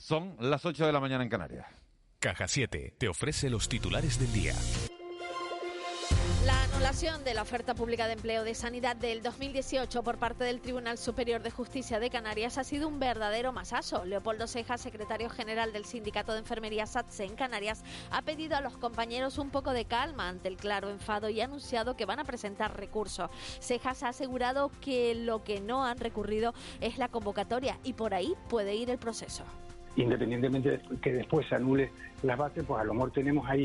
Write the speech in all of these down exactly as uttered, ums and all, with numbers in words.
Son las ocho de la mañana en Canarias. Caja siete te ofrece los titulares del día. La anulación de la oferta pública de empleo de sanidad del dos mil dieciocho por parte del Tribunal Superior de Justicia de Canarias ha sido un verdadero masazo. Leopoldo Cejas, secretario general del Sindicato de Enfermería SATSE en Canarias, ha pedido a los compañeros un poco de calma ante el claro enfado y ha anunciado que van a presentar recurso. Cejas ha asegurado que lo que no han recurrido es la convocatoria y por ahí puede ir el proceso. Independientemente de que después se anule las bases, pues a lo mejor tenemos ahí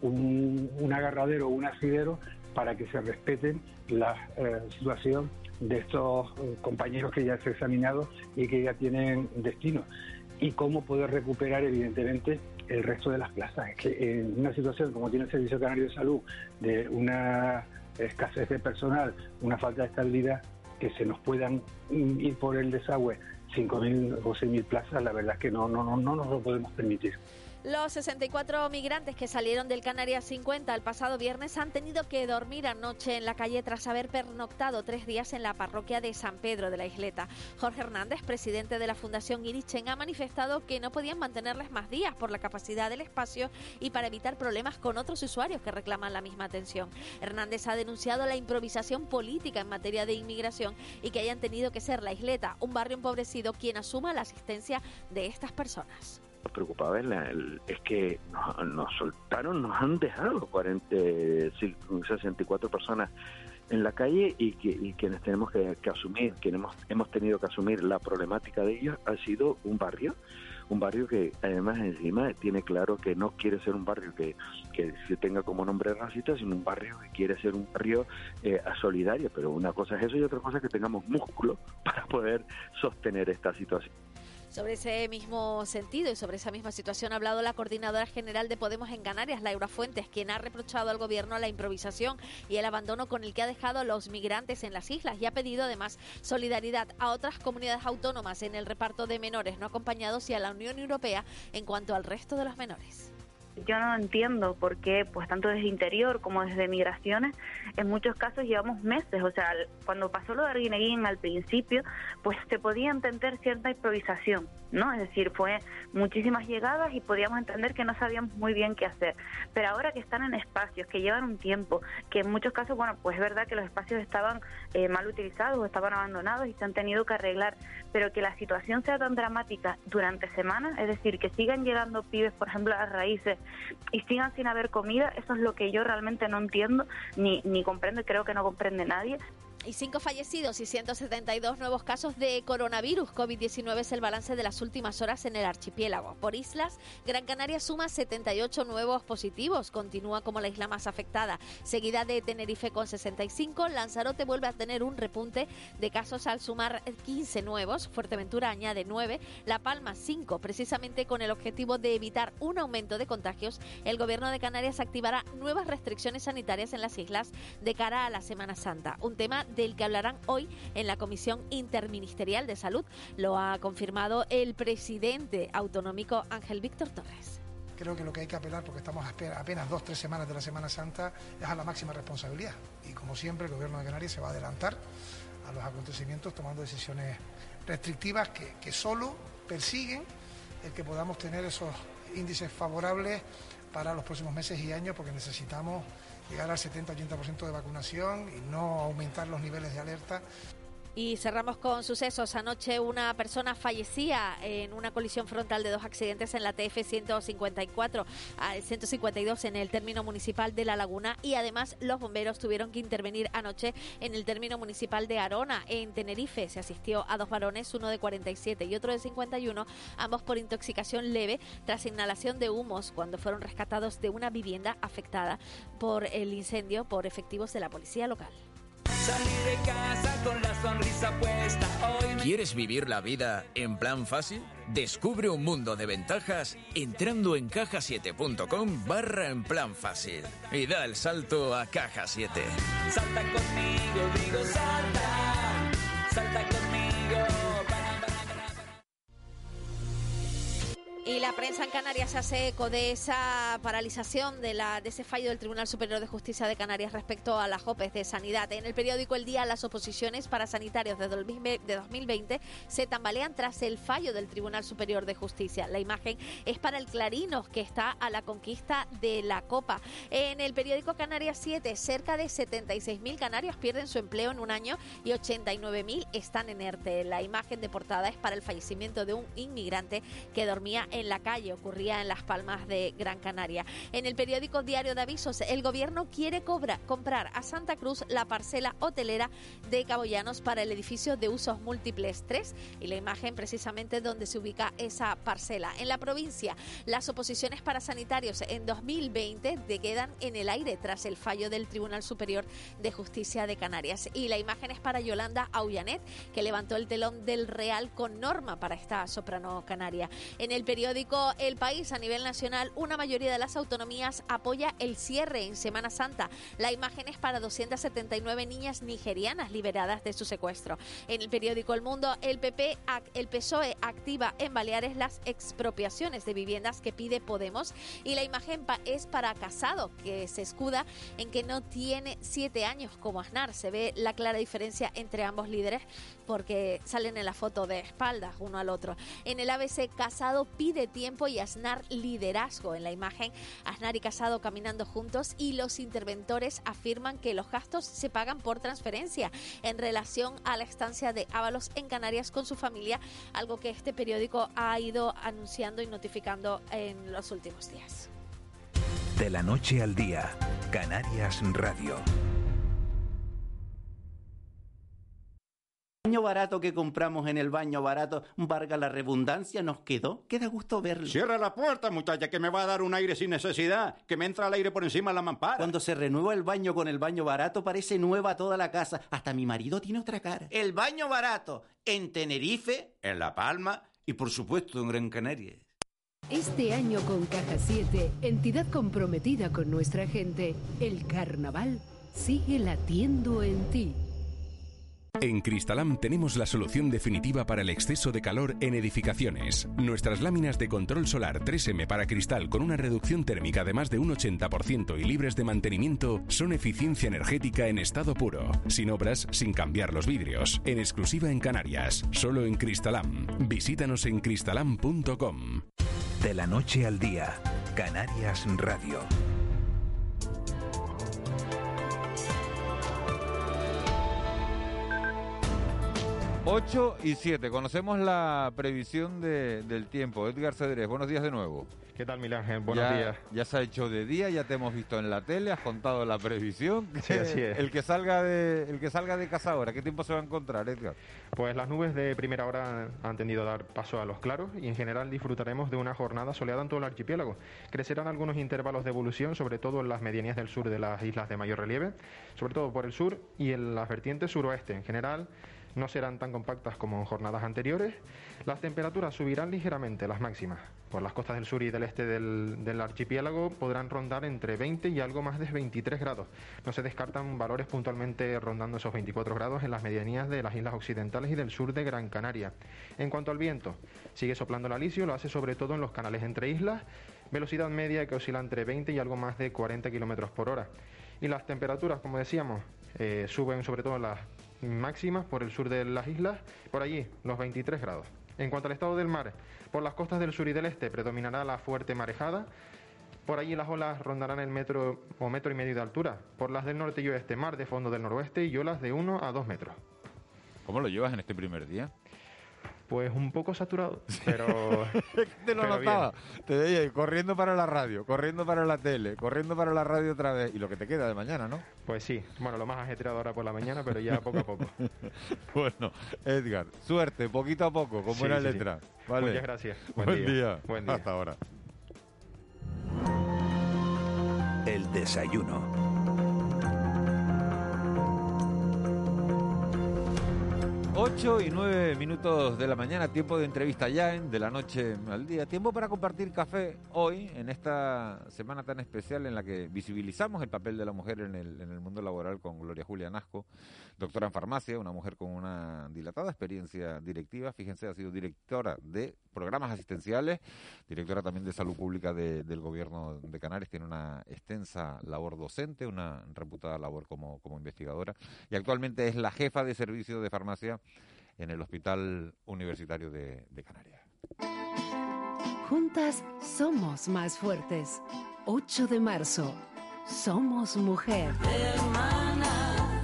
un, un agarradero o un asidero para que se respeten la eh, situación de estos eh, compañeros que ya se han examinado y que ya tienen destino. Y cómo poder recuperar, evidentemente, el resto de las plazas. Es que en una situación como tiene el Servicio Canario de Salud, de una escasez de personal, una falta de estabilidad, que se nos puedan ir por el desagüe cinco mil o seis mil plazas, la verdad es que no, no, no, no nos lo podemos permitir. Los sesenta y cuatro migrantes que salieron del Canarias cincuenta el pasado viernes han tenido que dormir anoche en la calle tras haber pernoctado tres días en la parroquia de San Pedro de la Isleta. Jorge Hernández, presidente de la Fundación Irichen, ha manifestado que no podían mantenerles más días por la capacidad del espacio y para evitar problemas con otros usuarios que reclaman la misma atención. Hernández ha denunciado la improvisación política en materia de inmigración y que hayan tenido que ser la Isleta, un barrio empobrecido, quien asuma la asistencia de estas personas. Nos preocupaba es, la, el, es que nos, nos soltaron, nos han dejado cuarenta, sesenta y cuatro personas en la calle y, que, y quienes tenemos que, que asumir, quienes hemos, hemos tenido que asumir la problemática de ellos ha sido un barrio, un barrio que además encima tiene claro que no quiere ser un barrio que, que se tenga como nombre racista, sino un barrio que quiere ser un barrio eh, solidario, pero una cosa es eso y otra cosa es que tengamos músculo para poder sostener esta situación. Sobre ese mismo sentido y sobre esa misma situación ha hablado la coordinadora general de Podemos en Canarias, Laura Fuentes, quien ha reprochado al gobierno la improvisación y el abandono con el que ha dejado a los migrantes en las islas y ha pedido además solidaridad a otras comunidades autónomas en el reparto de menores no acompañados y a la Unión Europea en cuanto al resto de los menores. Yo no entiendo por qué, pues tanto desde Interior como desde Migraciones, en muchos casos llevamos meses. O sea, cuando pasó lo de Arguineguín al principio, pues se podía entender cierta improvisación, ¿no? Es decir, fue muchísimas llegadas y podíamos entender que no sabíamos muy bien qué hacer. Pero ahora que están en espacios, que llevan un tiempo, que en muchos casos, bueno, pues es verdad que los espacios estaban eh, mal utilizados o estaban abandonados y se han tenido que arreglar, pero que la situación sea tan dramática durante semanas, es decir, que sigan llegando pibes, por ejemplo, a las raíces, y sigan sin haber comida, eso es lo que yo realmente no entiendo, ni, ni comprendo y creo que no comprende nadie. Y cinco fallecidos y ciento setenta y dos nuevos casos de coronavirus COVID diecinueve es el balance de las últimas horas en el archipiélago. Por islas, Gran Canaria suma setenta y ocho nuevos positivos, continúa como la isla más afectada, seguida de Tenerife con sesenta y cinco, Lanzarote vuelve a tener un repunte de casos al sumar quince nuevos, Fuerteventura añade nueve, La Palma cinco, precisamente con el objetivo de evitar un aumento de contagios, el gobierno de Canarias activará nuevas restricciones sanitarias en las islas de cara a la Semana Santa, un tema del que hablarán hoy en la Comisión Interministerial de Salud. Lo ha confirmado el presidente autonómico Ángel Víctor Torres. Creo que lo que hay que apelar, porque estamos a apenas dos o tres semanas de la Semana Santa, es a la máxima responsabilidad. Y como siempre, el Gobierno de Canarias se va a adelantar a los acontecimientos tomando decisiones restrictivas que, que solo persiguen el que podamos tener esos índices favorables para los próximos meses y años, porque necesitamos llegar al setenta a ochenta por ciento de vacunación y no aumentar los niveles de alerta. Y cerramos con sucesos. Anoche una persona fallecía en una colisión frontal de dos accidentes en la T F ciento cincuenta y cuatro, ciento cincuenta y dos en el término municipal de La Laguna, y además los bomberos tuvieron que intervenir anoche en el término municipal de Arona, en Tenerife. Se asistió a dos varones, uno de cuarenta y siete y otro de cincuenta y uno, ambos por intoxicación leve tras inhalación de humos cuando fueron rescatados de una vivienda afectada por el incendio por efectivos de la policía local. Salí de casa con la sonrisa puesta. Hoy me... ¿Quieres vivir la vida en plan fácil? Descubre un mundo de ventajas entrando en caja siete punto com barra en plan fácil y da el salto a Caja siete. Salta conmigo, digo salta, salta conmigo. Para, para, para, para. Y la prensa en Canarias se hace eco de esa paralización, de, la, de ese fallo del Tribunal Superior de Justicia de Canarias respecto a las O P Es de sanidad. En el periódico El Día, las oposiciones para sanitarios de dos mil veinte se tambalean tras el fallo del Tribunal Superior de Justicia. La imagen es para el Clarinos, que está a la conquista de la Copa. En el periódico Canarias siete, cerca de setenta y seis mil canarios pierden su empleo en un año y ochenta y nueve mil están en ERTE. La imagen de portada es para el fallecimiento de un inmigrante que dormía en la calle, ocurría en Las Palmas de Gran Canaria. En el periódico Diario de Avisos, el gobierno quiere cobra, comprar a Santa Cruz la parcela hotelera de Cabollanos para el edificio de usos múltiples tres, y la imagen precisamente donde se ubica esa parcela. En la provincia, las oposiciones para sanitarios en dos mil veinte quedan en el aire tras el fallo del Tribunal Superior de Justicia de Canarias. Y la imagen es para Yolanda Aullanet, que levantó el telón del Real con norma para esta soprano canaria. En el periódico El País, a nivel nacional, una mayoría de las autonomías apoya el cierre en Semana Santa. La imagen es para doscientas setenta y nueve niñas nigerianas liberadas de su secuestro. En el periódico El Mundo, el P P, el P S O E activa en Baleares las expropiaciones de viviendas que pide Podemos, y la imagen es para Casado, que se escuda en que no tiene siete años como Aznar. Se ve la clara diferencia entre ambos líderes porque salen en la foto de espaldas uno al otro. En el A B C, Casado pide tiempo y Aznar liderazgo. En la imagen, Aznar y Casado caminando juntos, y los interventores afirman que los gastos se pagan por transferencia en relación a la estancia de Ábalos en Canarias con su familia, algo que este periódico ha ido anunciando y notificando en los últimos días. De la noche al día, Canarias Radio. El baño barato que compramos en el baño barato, valga la redundancia, nos quedó. Queda gusto verlo. Cierra la puerta, muchacha, que me va a dar un aire sin necesidad, que me entra el aire por encima de la mampara. Cuando se renueva el baño con el baño barato, parece nueva toda la casa. Hasta mi marido tiene otra cara. El baño barato, en Tenerife, en La Palma y por supuesto en Gran Canaria. Este año con Caja siete, entidad comprometida con nuestra gente, el carnaval sigue latiendo en ti. En Cristalam tenemos la solución definitiva para el exceso de calor en edificaciones. Nuestras láminas de control solar tres eme para cristal con una reducción térmica de más de un ochenta por ciento y libres de mantenimiento son eficiencia energética en estado puro, sin obras, sin cambiar los vidrios, en exclusiva en Canarias, solo en Cristalam. Visítanos en cristalam punto com. De la noche al día, Canarias Radio. ocho y siete. Conocemos la previsión de, del tiempo. Edgar Cedrés, buenos días de nuevo. ¿Qué tal, Miguel Ángel? Buenos ya, días. Ya se ha hecho de día, ya te hemos visto en la tele, has contado la previsión. Sí, así es. El que salga de, el que salga de casa ahora, ¿qué tiempo se va a encontrar, Edgar? Pues las nubes de primera hora han tendido a dar paso a los claros y en general disfrutaremos de una jornada soleada en todo el archipiélago. Crecerán algunos intervalos de evolución, sobre todo en las medianías del sur de las islas de mayor relieve, sobre todo por el sur y en las vertientes suroeste. En general no serán tan compactas como en jornadas anteriores. Las temperaturas subirán ligeramente, las máximas. Por las costas del sur y del este del, del archipiélago podrán rondar entre veinte y algo más de veintitrés grados. No se descartan valores puntualmente rondando esos veinticuatro grados en las medianías de las islas occidentales y del sur de Gran Canaria. En cuanto al viento, sigue soplando el alisio, lo hace sobre todo en los canales entre islas, velocidad media que oscila entre veinte y algo más de cuarenta kilómetros por hora. Y las temperaturas, como decíamos, eh, suben sobre todo en las máximas por el sur de las islas, por allí los veintitrés grados. En cuanto al estado del mar, por las costas del sur y del este predominará la fuerte marejada. Por allí las olas rondarán el metro o metro y medio de altura. Por las del norte y oeste, mar de fondo del noroeste y olas de uno a dos metros. ¿Cómo lo llevas en este primer día? Pues un poco saturado, pero... Te lo notaba. Te veía corriendo para la radio, corriendo para la tele, corriendo para la radio otra vez. Y lo que te queda de mañana, ¿no? Pues sí. Bueno, lo más ajetreado ahora por la mañana, pero ya poco a poco. Bueno, Edgar, suerte, poquito a poco, con buena sí, sí, letra. Sí. Vale. Muchas gracias. Buen, Buen día. día. Buen día. Hasta ahora. El desayuno. ocho y nueve minutos de la mañana, tiempo de entrevista ya en De la Noche al Día. Tiempo para compartir café hoy, en esta semana tan especial en la que visibilizamos el papel de la mujer en el, en el mundo laboral con Gloria Julia Nasco, doctora en farmacia, una mujer con una dilatada experiencia directiva. Fíjense, ha sido directora de programas asistenciales, directora también de salud pública de, del gobierno de Canarias, tiene una extensa labor docente, una reputada labor como, como investigadora y actualmente es la jefa de servicio de farmacia en el Hospital Universitario de, de Canarias. Juntas somos más fuertes. ocho de marzo. Somos mujer. Hermana,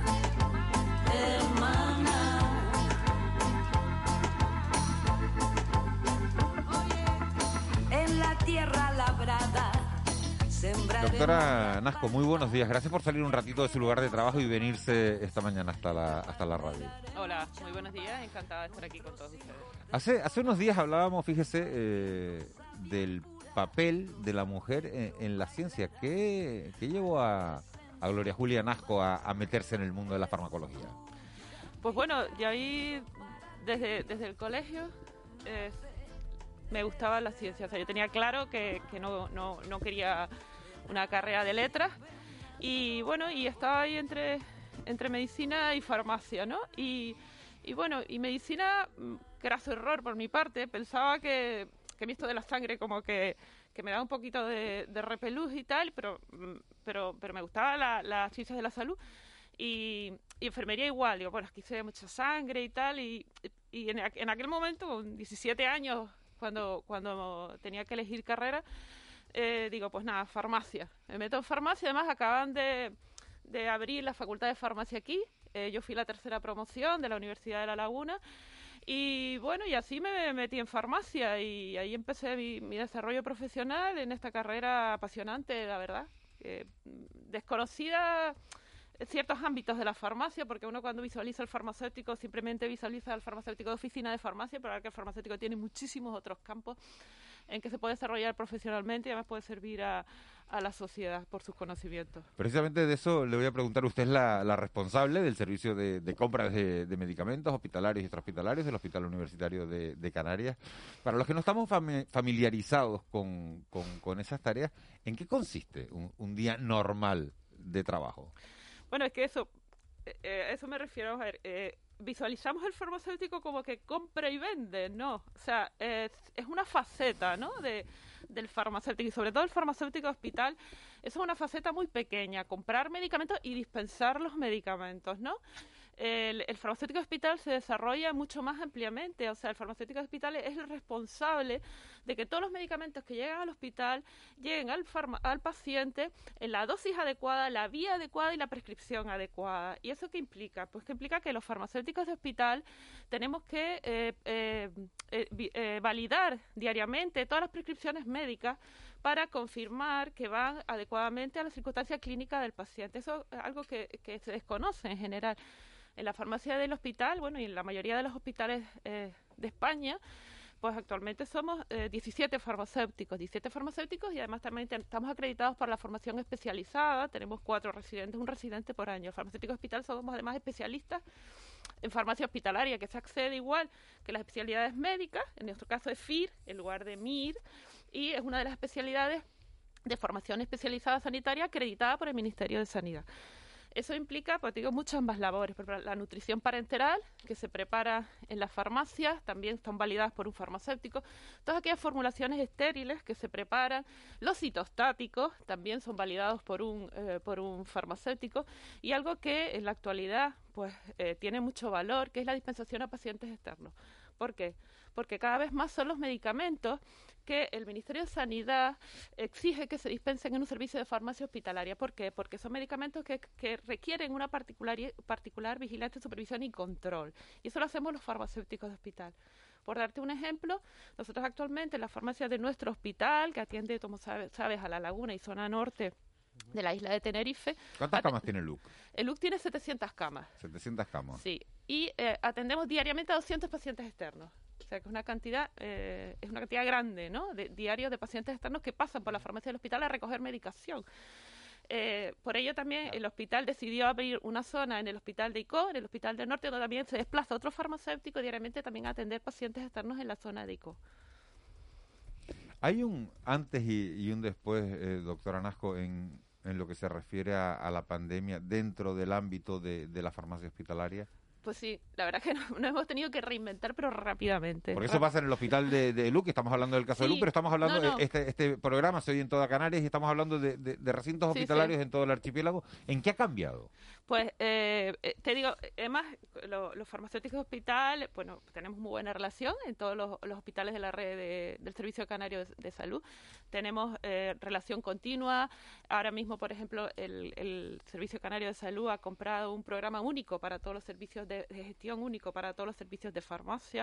hermana. En la tierra labrada. Doctora Nasco, muy buenos días. Gracias por salir un ratito de su lugar de trabajo y venirse esta mañana hasta la hasta la radio. Hola, muy buenos días. Encantada de estar aquí con todos ustedes. Hace hace unos días hablábamos, fíjese, eh, del papel de la mujer en, en la ciencia. ¿Qué, qué llevó a, a Gloria Julia Nasco a, a meterse en el mundo de la farmacología? Pues bueno, yo ahí desde, desde el colegio eh, me gustaba la ciencia. O sea, yo tenía claro que, que no, no, no quería una carrera de letras y bueno, y estaba ahí entre, entre medicina y farmacia, ¿no? Y, y bueno, y medicina, graso error por mi parte, pensaba que, que a mí esto de la sangre como que, que me daba un poquito de, de repelús y tal, pero, pero, pero me gustaba la, las ciencias de la salud. Y, y enfermería igual, digo, bueno, aquí se ve mucha sangre y tal, y, y en, en aquel momento, con diecisiete años, cuando, cuando tenía que elegir carrera, eh, digo, pues nada, farmacia. Me meto en farmacia, además acaban de, de abrir la Facultad de Farmacia aquí, eh, yo fui la tercera promoción de la Universidad de La Laguna, y bueno, y así me metí en farmacia, y ahí empecé mi, mi desarrollo profesional en esta carrera apasionante, la verdad, eh, desconocida ciertos ámbitos de la farmacia, porque uno cuando visualiza el farmacéutico simplemente visualiza el farmacéutico de oficina de farmacia, pero ahora que el farmacéutico tiene muchísimos otros campos en que se puede desarrollar profesionalmente y además puede servir a, a la sociedad por sus conocimientos. Precisamente de eso le voy a preguntar. Usted es la, la responsable del servicio de, de compra de, de medicamentos hospitalarios y extrahospitalarios del Hospital Universitario de, de Canarias. Para los que no estamos fami- familiarizados con, con, con esas tareas, ¿en qué consiste un, un día normal de trabajo? Bueno, es que eso, eh, eso me refiero, a ver, eh, visualizamos el farmacéutico como que compra y vende, ¿no? O sea, es, es una faceta, ¿no?, de, del farmacéutico, y sobre todo el farmacéutico hospital, eso es una faceta muy pequeña, comprar medicamentos y dispensar los medicamentos, ¿no? El, el farmacéutico hospital se desarrolla mucho más ampliamente, o sea, el farmacéutico hospital es el responsable de que todos los medicamentos que llegan al hospital lleguen al, farma, al paciente en la dosis adecuada, la vía adecuada y la prescripción adecuada. ¿Y eso qué implica? Pues que implica que los farmacéuticos de hospital tenemos que eh, eh, eh, eh, validar diariamente todas las prescripciones médicas para confirmar que van adecuadamente a la circunstancia clínica del paciente. Eso es algo que, que se desconoce en general. En la farmacia del hospital, bueno, y en la mayoría de los hospitales eh, de España, pues actualmente somos eh, diecisiete farmacéuticos, diecisiete farmacéuticos y además también estamos acreditados para la formación especializada, tenemos cuatro residentes, un residente por año. El farmacéutico hospital somos además especialistas en farmacia hospitalaria, que se accede igual que las especialidades médicas, en nuestro caso es F I R en lugar de M I R, y es una de las especialidades de formación especializada sanitaria acreditada por el Ministerio de Sanidad. Eso implica, pues digo, muchas más labores. La nutrición parenteral, que se prepara en las farmacias, también están validadas por un farmacéutico. Todas aquellas formulaciones estériles que se preparan, los citostáticos, también son validados por un, eh, por un farmacéutico. Y algo que en la actualidad pues eh, tiene mucho valor, que es la dispensación a pacientes externos. ¿Por qué? Porque cada vez más son los medicamentos que el Ministerio de Sanidad exige que se dispensen en un servicio de farmacia hospitalaria. ¿Por qué? Porque son medicamentos que, que requieren una particular, particular vigilancia, supervisión y control. Y eso lo hacemos los farmacéuticos de hospital. Por darte un ejemplo, nosotros actualmente en la farmacia de nuestro hospital, que atiende, como sabes, sabes a La Laguna y zona norte de la isla de Tenerife. ¿Cuántas camas tiene el L U C? El L U C tiene setecientas camas. setecientas camas. Sí, y eh, atendemos diariamente a doscientos pacientes externos. O sea, que es una cantidad eh, es una cantidad grande, ¿no?, de diarios de pacientes externos que pasan por la farmacia del hospital a recoger medicación. Eh, por ello también el hospital decidió abrir una zona en el hospital de Icó, en el hospital del norte, donde también se desplaza otro farmacéutico diariamente también a atender pacientes externos en la zona de Icó. Hay un antes y, y un después, eh, doctora Nasco, en, en lo que se refiere a, a la pandemia dentro del ámbito de, de la farmacia hospitalaria. Pues sí, la verdad que nos no hemos tenido que reinventar, pero rápidamente. Porque eso pasa en el hospital de, de Luque, estamos hablando del caso Sí. de Luque, pero estamos hablando, No, no. de este, este programa se oye en toda Canarias y estamos hablando de, de, de recintos Sí, hospitalarios sí. en todo el archipiélago. ¿En qué ha cambiado? Pues eh, eh, te digo, además, lo- los farmacéuticos de hospital, bueno, tenemos muy buena relación en todos los, los hospitales de la red de- del Servicio Canario de, de Salud. Tenemos eh, relación continua. Ahora mismo, por ejemplo, el, el Servicio Canario de Salud ha comprado un programa único para todos los servicios de, de gestión único para todos los servicios de farmacia.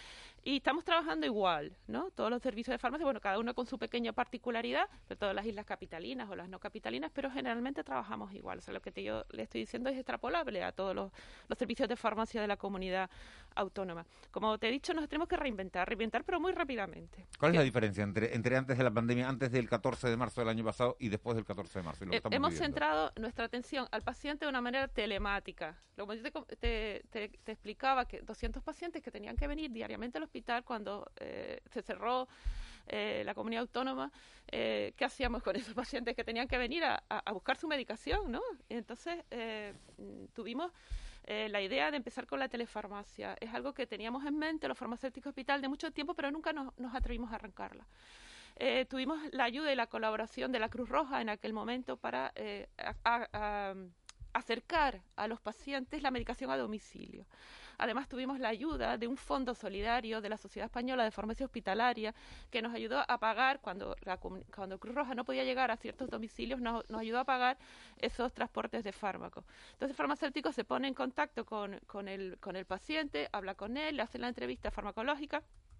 Y estamos trabajando igual, ¿no? Todos los servicios de farmacia, bueno, cada uno con su pequeña particularidad, de todas las islas capitalinas o las no capitalinas, pero generalmente trabajamos igual. O sea, lo que te, yo le estoy diciendo es extrapolable a todos los, los servicios de farmacia de la comunidad autónoma. Como te he dicho, nos tenemos que reinventar, reinventar, pero muy rápidamente. ¿Cuál es la diferencia entre, entre antes de la pandemia, antes del catorce de marzo del año pasado y después del catorce de marzo? Y lo que Eh, estamos Hemos viviendo? centrado nuestra atención al paciente de una manera telemática. Como yo te, com- te, te- te explicaba, que doscientos pacientes que tenían que venir diariamente al hospital cuando eh, se cerró eh, la comunidad autónoma, eh, ¿qué hacíamos con esos pacientes que tenían que venir a, a- a buscar su medicación, ¿no? Entonces eh, mm, tuvimos eh, la idea de empezar con la telefarmacia. Es algo que teníamos en mente los farmacéuticos de hospital de mucho tiempo, pero nunca nos, nos atrevimos a arrancarla. Eh, tuvimos la ayuda y la colaboración de la Cruz Roja en aquel momento para eh, a- a- a- acercar a los pacientes la medicación a domicilio. Además, tuvimos la ayuda de un fondo solidario de la Sociedad Española de Farmacia Hospitalaria que nos ayudó a pagar, cuando la comu- cuando Cruz Roja no podía llegar a ciertos domicilios, nos, nos ayudó a pagar esos transportes de fármacos. Entonces, el farmacéutico se pone en contacto con, con, el, con el paciente, habla con él, le hace la entrevista farmacológica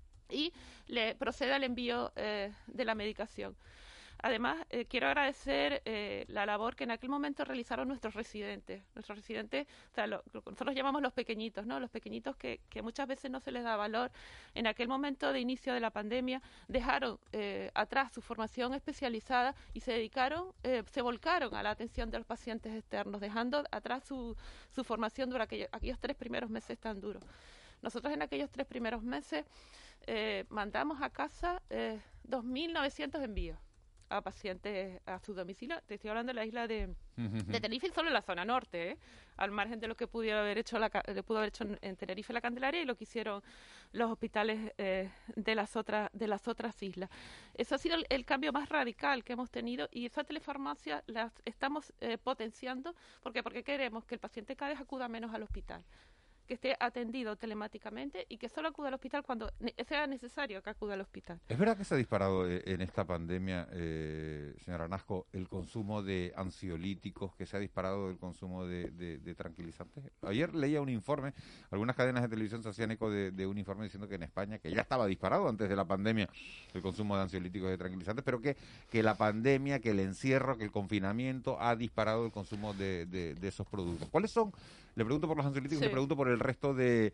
y le procede al envío eh, de la medicación. Además, eh, quiero agradecer eh, la labor que en aquel momento realizaron nuestros residentes. Nuestros residentes, o sea, lo, lo que nosotros llamamos los pequeñitos, ¿no? Los pequeñitos que, que muchas veces no se les da valor. En aquel momento de inicio de la pandemia, dejaron eh, atrás su formación especializada y se dedicaron, eh, se volcaron a la atención de los pacientes externos, dejando atrás su, su formación durante aquellos, aquellos tres primeros meses tan duros. Nosotros en aquellos tres primeros meses eh, mandamos a casa eh, dos mil novecientos envíos a pacientes a su domicilio. Te estoy hablando de la isla de, de Tenerife, solo en la zona norte, ¿eh? Al margen de lo que pudiera haber hecho la, ca- le pudo haber hecho en, en Tenerife la Candelaria y lo que hicieron los hospitales eh, de las otras de las otras islas. Eso ha sido el, el cambio más radical que hemos tenido y esa telefarmacia la estamos eh, potenciando porque porque queremos que el paciente cada vez acuda menos al hospital, que esté atendido telemáticamente y que solo acuda al hospital cuando ne- sea necesario que acuda al hospital. ¿Es verdad que se ha disparado eh, en esta pandemia, eh, señora Nasco, el consumo de ansiolíticos, que se ha disparado el consumo de, de- de tranquilizantes? Ayer leía un informe, algunas cadenas de televisión se hacían eco de, de un informe diciendo que en España, que ya estaba disparado antes de la pandemia el consumo de ansiolíticos y de tranquilizantes, pero que, que la pandemia, que el encierro, que el confinamiento ha disparado el consumo de, de- de esos productos. ¿Cuáles son? Le pregunto por los ansiolíticos y Sí. le pregunto por el resto de,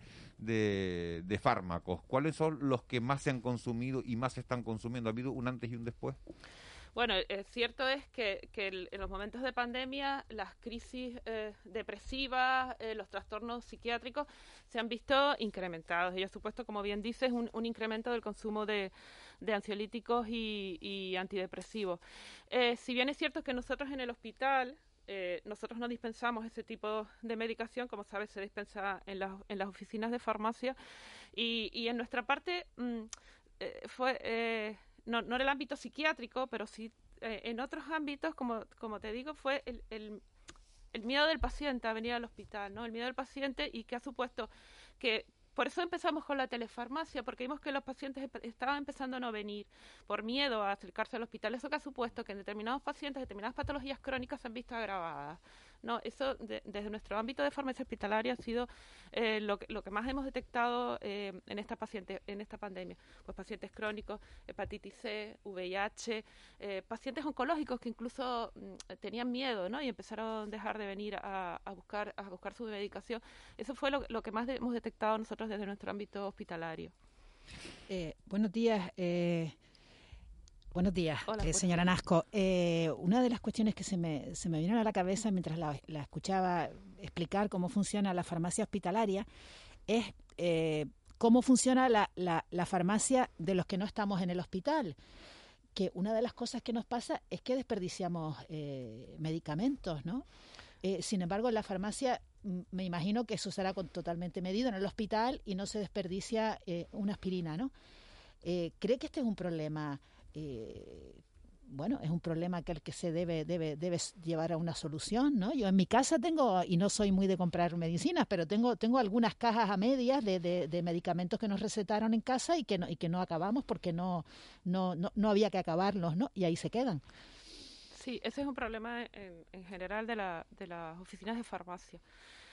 de, de fármacos. ¿Cuáles son los que más se han consumido y más se están consumiendo? ¿Ha habido un antes y un después? Bueno, es cierto es que, que el- en los momentos de pandemia las crisis eh, depresivas, eh, los trastornos psiquiátricos se han visto incrementados. Y, por supuesto, como bien dices, un, un incremento del consumo de, de ansiolíticos y, y antidepresivos. Eh, si bien es cierto que nosotros en el hospital eh, nosotros no dispensamos ese tipo de medicación, como sabes, se dispensa en las, en las oficinas de farmacia y, y en nuestra parte mm, eh, fue... Eh, No, no en el ámbito psiquiátrico, pero sí eh, en otros ámbitos, como, como te digo, fue el, el, el miedo del paciente a venir al hospital, ¿no? El miedo del paciente y que ha supuesto que... Por eso empezamos con la telefarmacia, porque vimos que los pacientes empe- estaban empezando a no venir por miedo a acercarse al hospital. Eso que ha supuesto que en determinados pacientes, determinadas patologías crónicas se han visto agravadas. No, eso de- desde nuestro ámbito de farmacia hospitalaria ha sido eh, lo, que, lo que más hemos detectado eh, en esta paciente, en esta pandemia. Pues pacientes crónicos, hepatitis C, V I H, eh, pacientes oncológicos que incluso mm, tenían miedo, ¿no? Y empezaron a dejar de venir a, a buscar a buscar su medicación. Eso fue lo, lo que más de- hemos detectado nosotros desde nuestro ámbito hospitalario. Eh, buenos días. Eh, Buenos días, Hola, eh, buenos señora días. Nasco. Eh, una de las cuestiones que se me, se me vino a la cabeza mientras la, la escuchaba explicar cómo funciona la farmacia hospitalaria es eh, cómo funciona la, la, la farmacia de los que no estamos en el hospital. Que una de las cosas que nos pasa es que desperdiciamos eh, medicamentos, ¿no? Eh, sin embargo, en la farmacia m- me imagino que eso será con, totalmente medido en el hospital y no se desperdicia eh, una aspirina, ¿no? Eh, ¿Cree que este es un problema, eh, bueno, es un problema que el que se debe, debe, debe llevar a una solución, ¿no? Yo en mi casa tengo, y no soy muy de comprar medicinas, pero tengo, tengo algunas cajas a medias de, de, de medicamentos que nos recetaron en casa y que no, y que no acabamos porque no, no, no, no había que acabarlos, ¿no? Y ahí se quedan. Sí, ese es un problema en, en general de, la, de las oficinas de farmacia.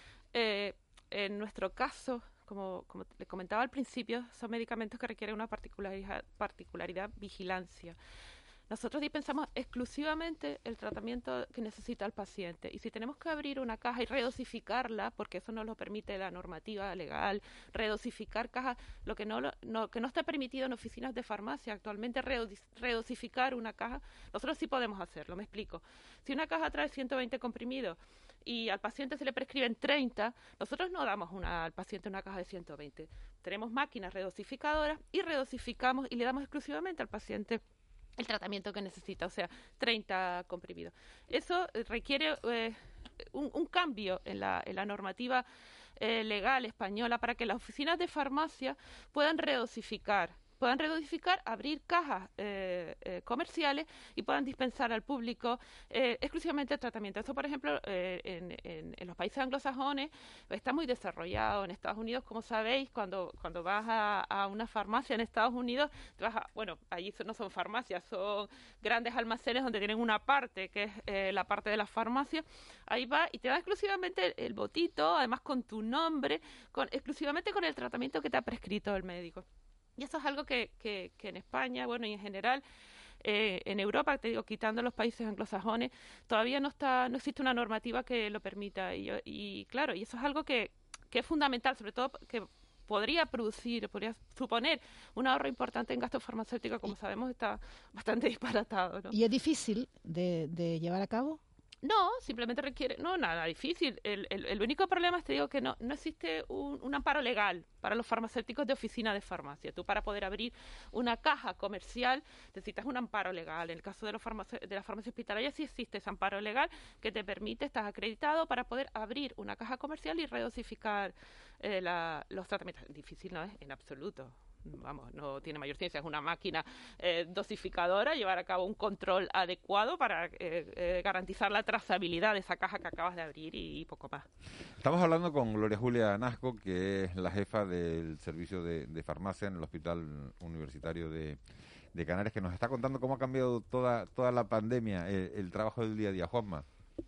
Eh, en nuestro caso, como, como le comentaba al principio, son medicamentos que requieren una particularidad, particularidad vigilancia. Nosotros dispensamos exclusivamente el tratamiento que necesita el paciente. Y si tenemos que abrir una caja y redosificarla, porque eso no lo permite la normativa legal, redosificar cajas, lo que no, lo, no, que no está permitido en oficinas de farmacia actualmente, redos, redosificar una caja, nosotros sí podemos hacerlo, me explico. Si una caja trae ciento veinte comprimidos y al paciente se le prescriben treinta, nosotros no damos una, al paciente una caja de ciento veinte. Tenemos máquinas redosificadoras y redosificamos y le damos exclusivamente al paciente el tratamiento que necesita, o sea, treinta comprimidos. Eso requiere eh, un, un cambio en la, en la normativa eh, legal española para que las oficinas de farmacia puedan redosificar, puedan redosificar, abrir cajas eh, eh, comerciales y puedan dispensar al público eh, exclusivamente el tratamiento. Eso, por ejemplo, eh, en, en, en los países anglosajones está muy desarrollado. En Estados Unidos, como sabéis, cuando, cuando vas a, a una farmacia en Estados Unidos, te vas a, bueno, allí no son farmacias, son grandes almacenes donde tienen una parte, que es eh, la parte de la farmacia. Ahí va y te da exclusivamente el, el botito, además con tu nombre, con, exclusivamente con el tratamiento que te ha prescrito el médico. Y eso es algo que, que, que en España, bueno, y en general, eh, en Europa, te digo, quitando los países anglosajones, todavía no está, no existe una normativa que lo permita. Y, y claro, y eso es algo que, que es fundamental, sobre todo que podría producir, podría suponer un ahorro importante en gasto farmacéutico, como sabemos, está bastante disparatado, ¿no? ¿Y es difícil de, de llevar a cabo? No, simplemente requiere, no, nada difícil. El, el, el único problema es, te digo, que no, no existe un, un amparo legal para los farmacéuticos de oficina de farmacia. Tú, para poder abrir una caja comercial, necesitas un amparo legal. En el caso de, los farmace- de la farmacia hospitalaria sí existe ese amparo legal que te permite, estás acreditado para poder abrir una caja comercial y redosificar eh, la, los tratamientos. Difícil no es, en absoluto. Vamos, no tiene mayor ciencia, es una máquina eh, dosificadora, llevar a cabo un control adecuado para eh, eh, garantizar la trazabilidad de esa caja que acabas de abrir y, y poco más. Estamos hablando con Gloria Julia Nasco, que es la jefa del servicio de, de farmacia en el Hospital Universitario de, de Canarias, que nos está contando cómo ha cambiado toda, toda la pandemia, el, el trabajo del día a día. Juanma.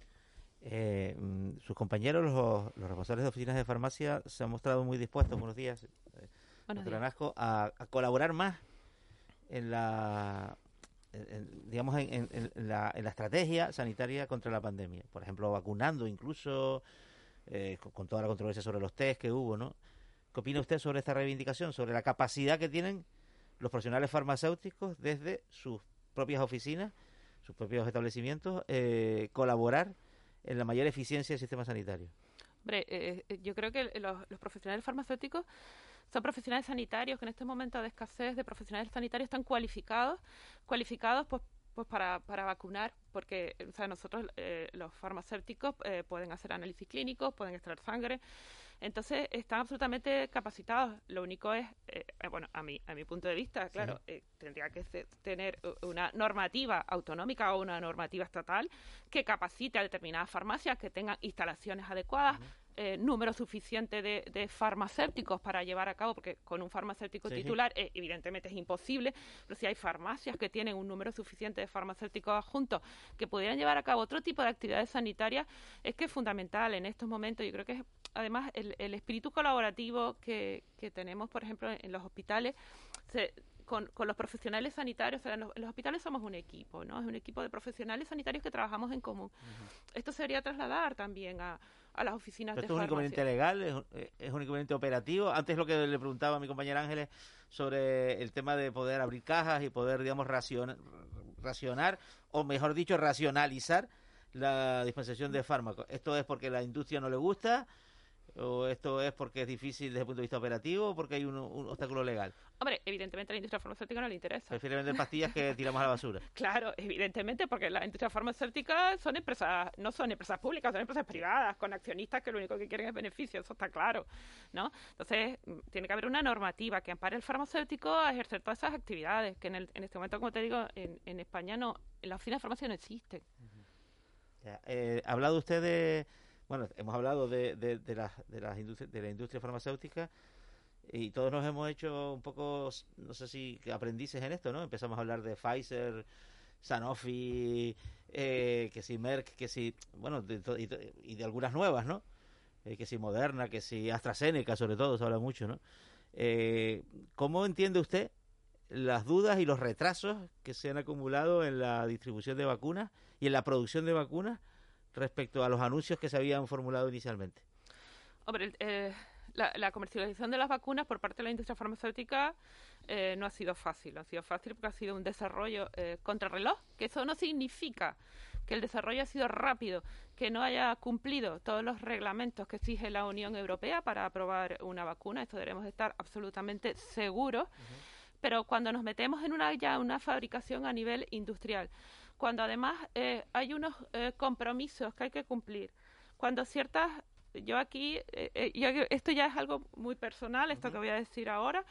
Eh, sus compañeros, los, los responsables de oficinas de farmacia, se han mostrado muy dispuestos, buenos días, doctora Nasco, a, a colaborar más en la, en, en, digamos, en, en, en, la, en la estrategia sanitaria contra la pandemia. Por ejemplo, vacunando incluso, eh, con, con toda la controversia sobre los test que hubo, ¿no? ¿Qué opina usted sobre esta reivindicación, sobre la capacidad que tienen los profesionales farmacéuticos desde sus propias oficinas, sus propios establecimientos, eh, colaborar en la mayor eficiencia del sistema sanitario? Hombre, eh, yo creo que los, los profesionales farmacéuticos son profesionales sanitarios que en este momento de escasez de profesionales sanitarios están cualificados, cualificados pues, pues para, para vacunar, porque o sea, nosotros, eh, los farmacéuticos, eh, pueden hacer análisis clínicos, pueden extraer sangre, entonces están absolutamente capacitados. Lo único es, eh, bueno, a mi, a mi punto de vista, claro, sí. eh, tendría que ser, tener una normativa autonómica o una normativa estatal que capacite a determinadas farmacias, que tengan instalaciones adecuadas, uh-huh. Eh, número suficiente de, de farmacéuticos para llevar a cabo, porque con un farmacéutico sí, titular sí. Eh, evidentemente es imposible, pero si hay farmacias que tienen un número suficiente de farmacéuticos adjuntos que pudieran llevar a cabo otro tipo de actividades sanitarias, es que es fundamental en estos momentos. Yo creo que es, además, el, el espíritu colaborativo que, que tenemos, por ejemplo, en, en los hospitales, se, Con, con los profesionales sanitarios, o sea, en los, en los hospitales somos un equipo, ¿no? Es un equipo de profesionales sanitarios que trabajamos en común. Uh-huh. Esto se debería trasladar también a, a las oficinas de farmacia. ¿Esto es un inconveniente legal? ¿Es, ¿Es un inconveniente operativo? Antes lo que le preguntaba a mi compañera Ángeles sobre el tema de poder abrir cajas y poder, digamos, racionar, racionar, o mejor dicho, racionalizar la dispensación de fármacos? ¿Esto es porque la industria no le gusta? ¿O esto es porque es difícil desde el punto de vista operativo o porque hay un, un obstáculo legal? Hombre, evidentemente a la industria farmacéutica no le interesa. Prefiere vender pastillas que tiramos a la basura. Claro, evidentemente, porque la industria farmacéutica son empresas, no son empresas públicas, son empresas privadas, con accionistas que lo único que quieren es beneficio, eso está claro, ¿no? Entonces, tiene que haber una normativa que ampare al farmacéutico a ejercer todas esas actividades, que en, el, en este momento, como te digo, en, en España no, en la oficina de farmacia no existen. Ya, eh, ¿ha hablado usted de... Bueno, hemos hablado de, de, de, la, de, las industria, de la industria farmacéutica y todos nos hemos hecho un poco, no sé si aprendices en esto, ¿no? Empezamos a hablar de Pfizer, Sanofi, eh, que si Merck, que si, bueno, de, y, de, y de algunas nuevas, ¿no? Eh, que si Moderna, que si AstraZeneca, sobre todo, se habla mucho, ¿no? Eh, ¿Cómo entiende usted las dudas y los retrasos que se han acumulado en la distribución de vacunas y en la producción de vacunas respecto a los anuncios que se habían formulado inicialmente? Hombre, eh, la, la comercialización de las vacunas por parte de la industria farmacéutica eh, no ha sido fácil. No ha sido fácil porque ha sido un desarrollo eh, contrarreloj, que eso no significa que el desarrollo ha sido rápido, que no haya cumplido todos los reglamentos que exige la Unión Europea para aprobar una vacuna. Esto debemos estar absolutamente seguros. Uh-huh. Pero cuando nos metemos en una ya una fabricación a nivel industrial, cuando además eh, hay unos eh, compromisos que hay que cumplir, cuando ciertas, yo aquí, eh, eh, yo, esto ya es algo muy personal, esto uh-huh. que voy a decir ahora,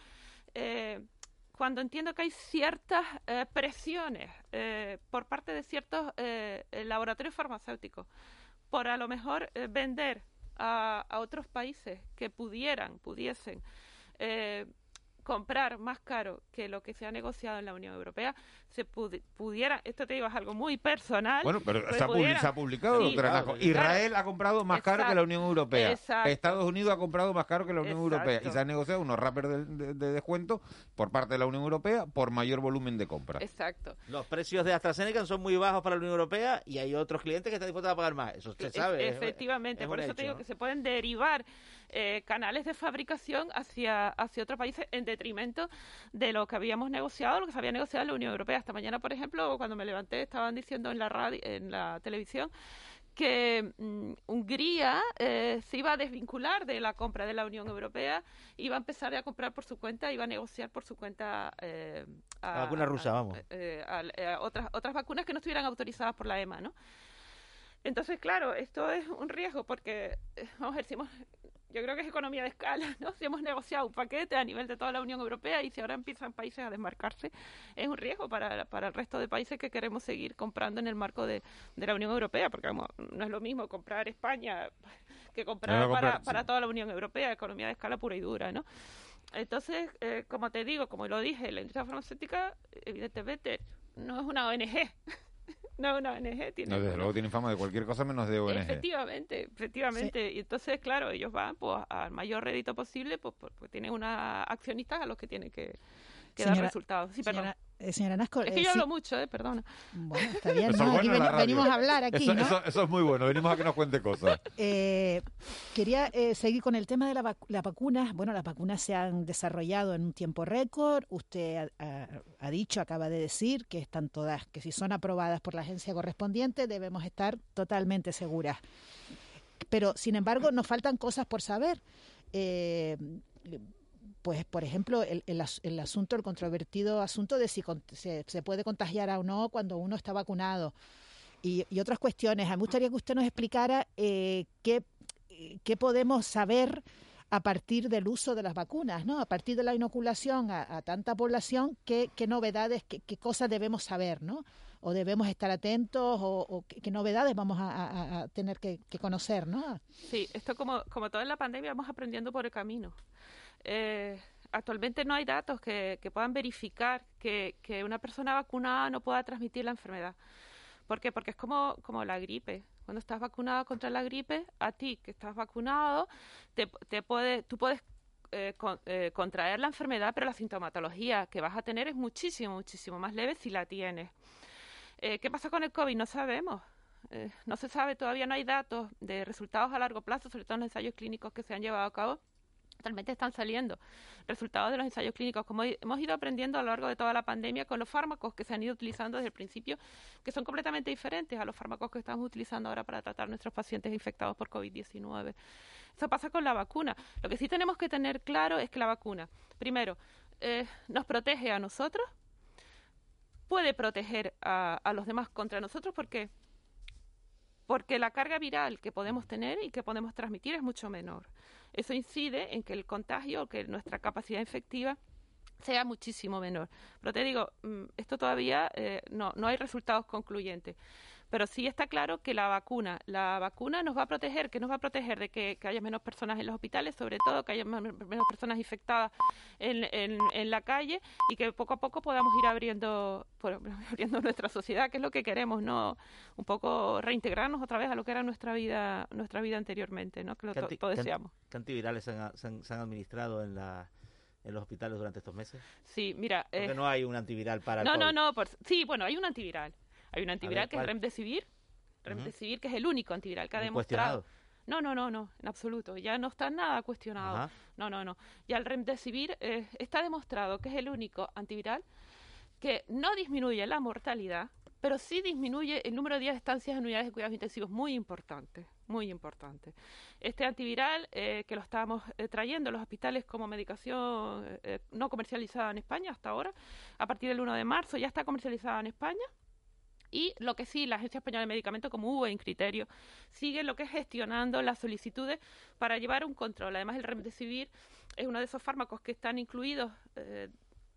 eh, cuando entiendo que hay ciertas eh, presiones eh, por parte de ciertos eh, laboratorios farmacéuticos por a lo mejor eh, vender a, a otros países que pudieran, pudiesen, eh, comprar más caro que lo que se ha negociado en la Unión Europea, se pudi- pudiera, esto te digo, es algo muy personal. Bueno, pero se ha, pudiera, se ha publicado, sí, doctora Najo. claro, Israel ha comprado más exacto, caro que la Unión Europea. Exacto. Estados Unidos ha comprado más caro que la Unión Exacto. Europea. Y se han negociado unos wrappers de, de, de descuento por parte de la Unión Europea por mayor volumen de compra. Exacto. Los precios de AstraZeneca son muy bajos para la Unión Europea y hay otros clientes que están dispuestos a pagar más. Eso se sabe. E- efectivamente, es, es por eso hecho, te digo ¿no? que se pueden derivar eh, canales de fabricación hacia, hacia otros países en detrimento de lo que habíamos negociado, lo que se había negociado en la Unión Europea. Esta mañana, por ejemplo, cuando me levanté, estaban diciendo en la radio, en la televisión, que mmm, Hungría eh, se iba a desvincular de la compra de la Unión Europea, iba a empezar a comprar por su cuenta, iba a negociar por su cuenta eh, a, la vacuna rusa, a, vamos. Eh, a, a otras otras vacunas que no estuvieran autorizadas por la E M A, ¿no? Entonces, claro, esto es un riesgo porque, vamos a ver, si hemos, yo creo que es economía de escala, ¿no? Si hemos negociado un paquete a nivel de toda la Unión Europea y si ahora empiezan países a desmarcarse, es un riesgo para, para el resto de países que queremos seguir comprando en el marco de, de la Unión Europea, porque vamos, no es lo mismo comprar España que comprar, no, comprar para, sí. para toda la Unión Europea, economía de escala pura y dura, ¿no? Entonces, eh, como te digo, como lo dije, la industria farmacéutica, evidentemente, no es una O N G. No, una O N G tiene... No, desde luego tienen fama de cualquier cosa menos de O N G. Efectivamente, efectivamente. Sí. Y entonces, claro, ellos van pues al mayor rédito posible, pues porque tienen unos accionistas a los que tienen que, que señora, dar resultados. Sí, señora, perdón. Eh, señora Nasco, es que eh, yo sí. hablo mucho, eh, perdona. Bueno, está bien, eso ¿no? es Aquí bueno veni- venimos a hablar aquí, eso, ¿no? Eso, eso es muy bueno, venimos a que nos cuente cosas. Eh, quería eh, seguir con el tema de la vac- las vacunas. Bueno, las vacunas se han desarrollado en un tiempo récord. Usted ha, ha, ha dicho, acaba de decir que están todas, que si son aprobadas por la agencia correspondiente debemos estar totalmente seguras. Pero, sin embargo, nos faltan cosas por saber. Eh, Pues, por ejemplo, el, el, el asunto, el controvertido asunto de si con, se, se puede contagiar o no cuando uno está vacunado y, y otras cuestiones. A mí me gustaría que usted nos explicara eh, qué, qué podemos saber a partir del uso de las vacunas, ¿no? A partir de la inoculación a, a tanta población, qué, qué novedades, qué, qué cosas debemos saber, ¿no? O debemos estar atentos o, o qué, qué novedades vamos a, a, a tener que, que conocer, ¿no? Sí, esto como, como todo en la pandemia vamos aprendiendo por el camino. Eh, actualmente no hay datos que, que puedan verificar que, que una persona vacunada no pueda transmitir la enfermedad. ¿Por qué? Porque es como, como la gripe. Cuando estás vacunado contra la gripe, a ti que estás vacunado, te, te puede, tú puedes eh, con, eh, contraer la enfermedad, pero la sintomatología que vas a tener es muchísimo, muchísimo más leve si la tienes. Eh, ¿Qué pasa con el COVID? No sabemos. Eh, no se sabe, todavía no hay datos de resultados a largo plazo, sobre todo en los ensayos clínicos que se han llevado a cabo, Realmente están saliendo resultados de los ensayos clínicos, como hemos ido aprendiendo a lo largo de toda la pandemia con los fármacos que se han ido utilizando desde el principio, que son completamente diferentes a los fármacos que estamos utilizando ahora para tratar a nuestros pacientes infectados por COVID diecinueve. Eso pasa con la vacuna. Lo que sí tenemos que tener claro es que la vacuna, primero, eh, nos protege a nosotros, puede proteger a, a los demás contra nosotros, porque porque la carga viral que podemos tener y que podemos transmitir es mucho menor. Eso incide en que el contagio, que nuestra capacidad infectiva sea muchísimo menor. Pero te digo, esto todavía eh, no, no hay resultados concluyentes. Pero sí está claro que la vacuna, la vacuna nos va a proteger, que nos va a proteger de que, que haya menos personas en los hospitales, sobre todo que haya menos personas infectadas en, en, en la calle, y que poco a poco podamos ir abriendo, pues, abriendo nuestra sociedad, que es lo que queremos, ¿no? Un poco reintegrarnos otra vez a lo que era nuestra vida, nuestra vida anteriormente, ¿no? Que lo to, todo deseamos. ¿Qué antivirales se han, se han, se han administrado en la en los hospitales durante estos meses? Sí, mira, porque eh, no hay un antiviral para no, el COVID. no, no, por, sí, bueno, hay un antiviral. Hay un antiviral ver, que es Remdesivir, Remdesivir uh-huh. que es el único antiviral que ha demostrado. No, no, no, no, en absoluto. Ya no está nada cuestionado. Uh-huh. No, no, no. Ya el Remdesivir eh, está demostrado que es el único antiviral que no disminuye la mortalidad, pero sí disminuye el número de días de estancias en unidades de cuidados intensivos. Muy importante, muy importante. Este antiviral eh, que lo estábamos eh, trayendo a los hospitales como medicación eh, no comercializada en España hasta ahora, a partir del uno de marzo ya está comercializada en España. Y lo que sí, la Agencia Española de Medicamentos, como hubo en criterio, sigue lo que es gestionando las solicitudes para llevar un control. Además, el Remdesivir es uno de esos fármacos que están incluidos eh,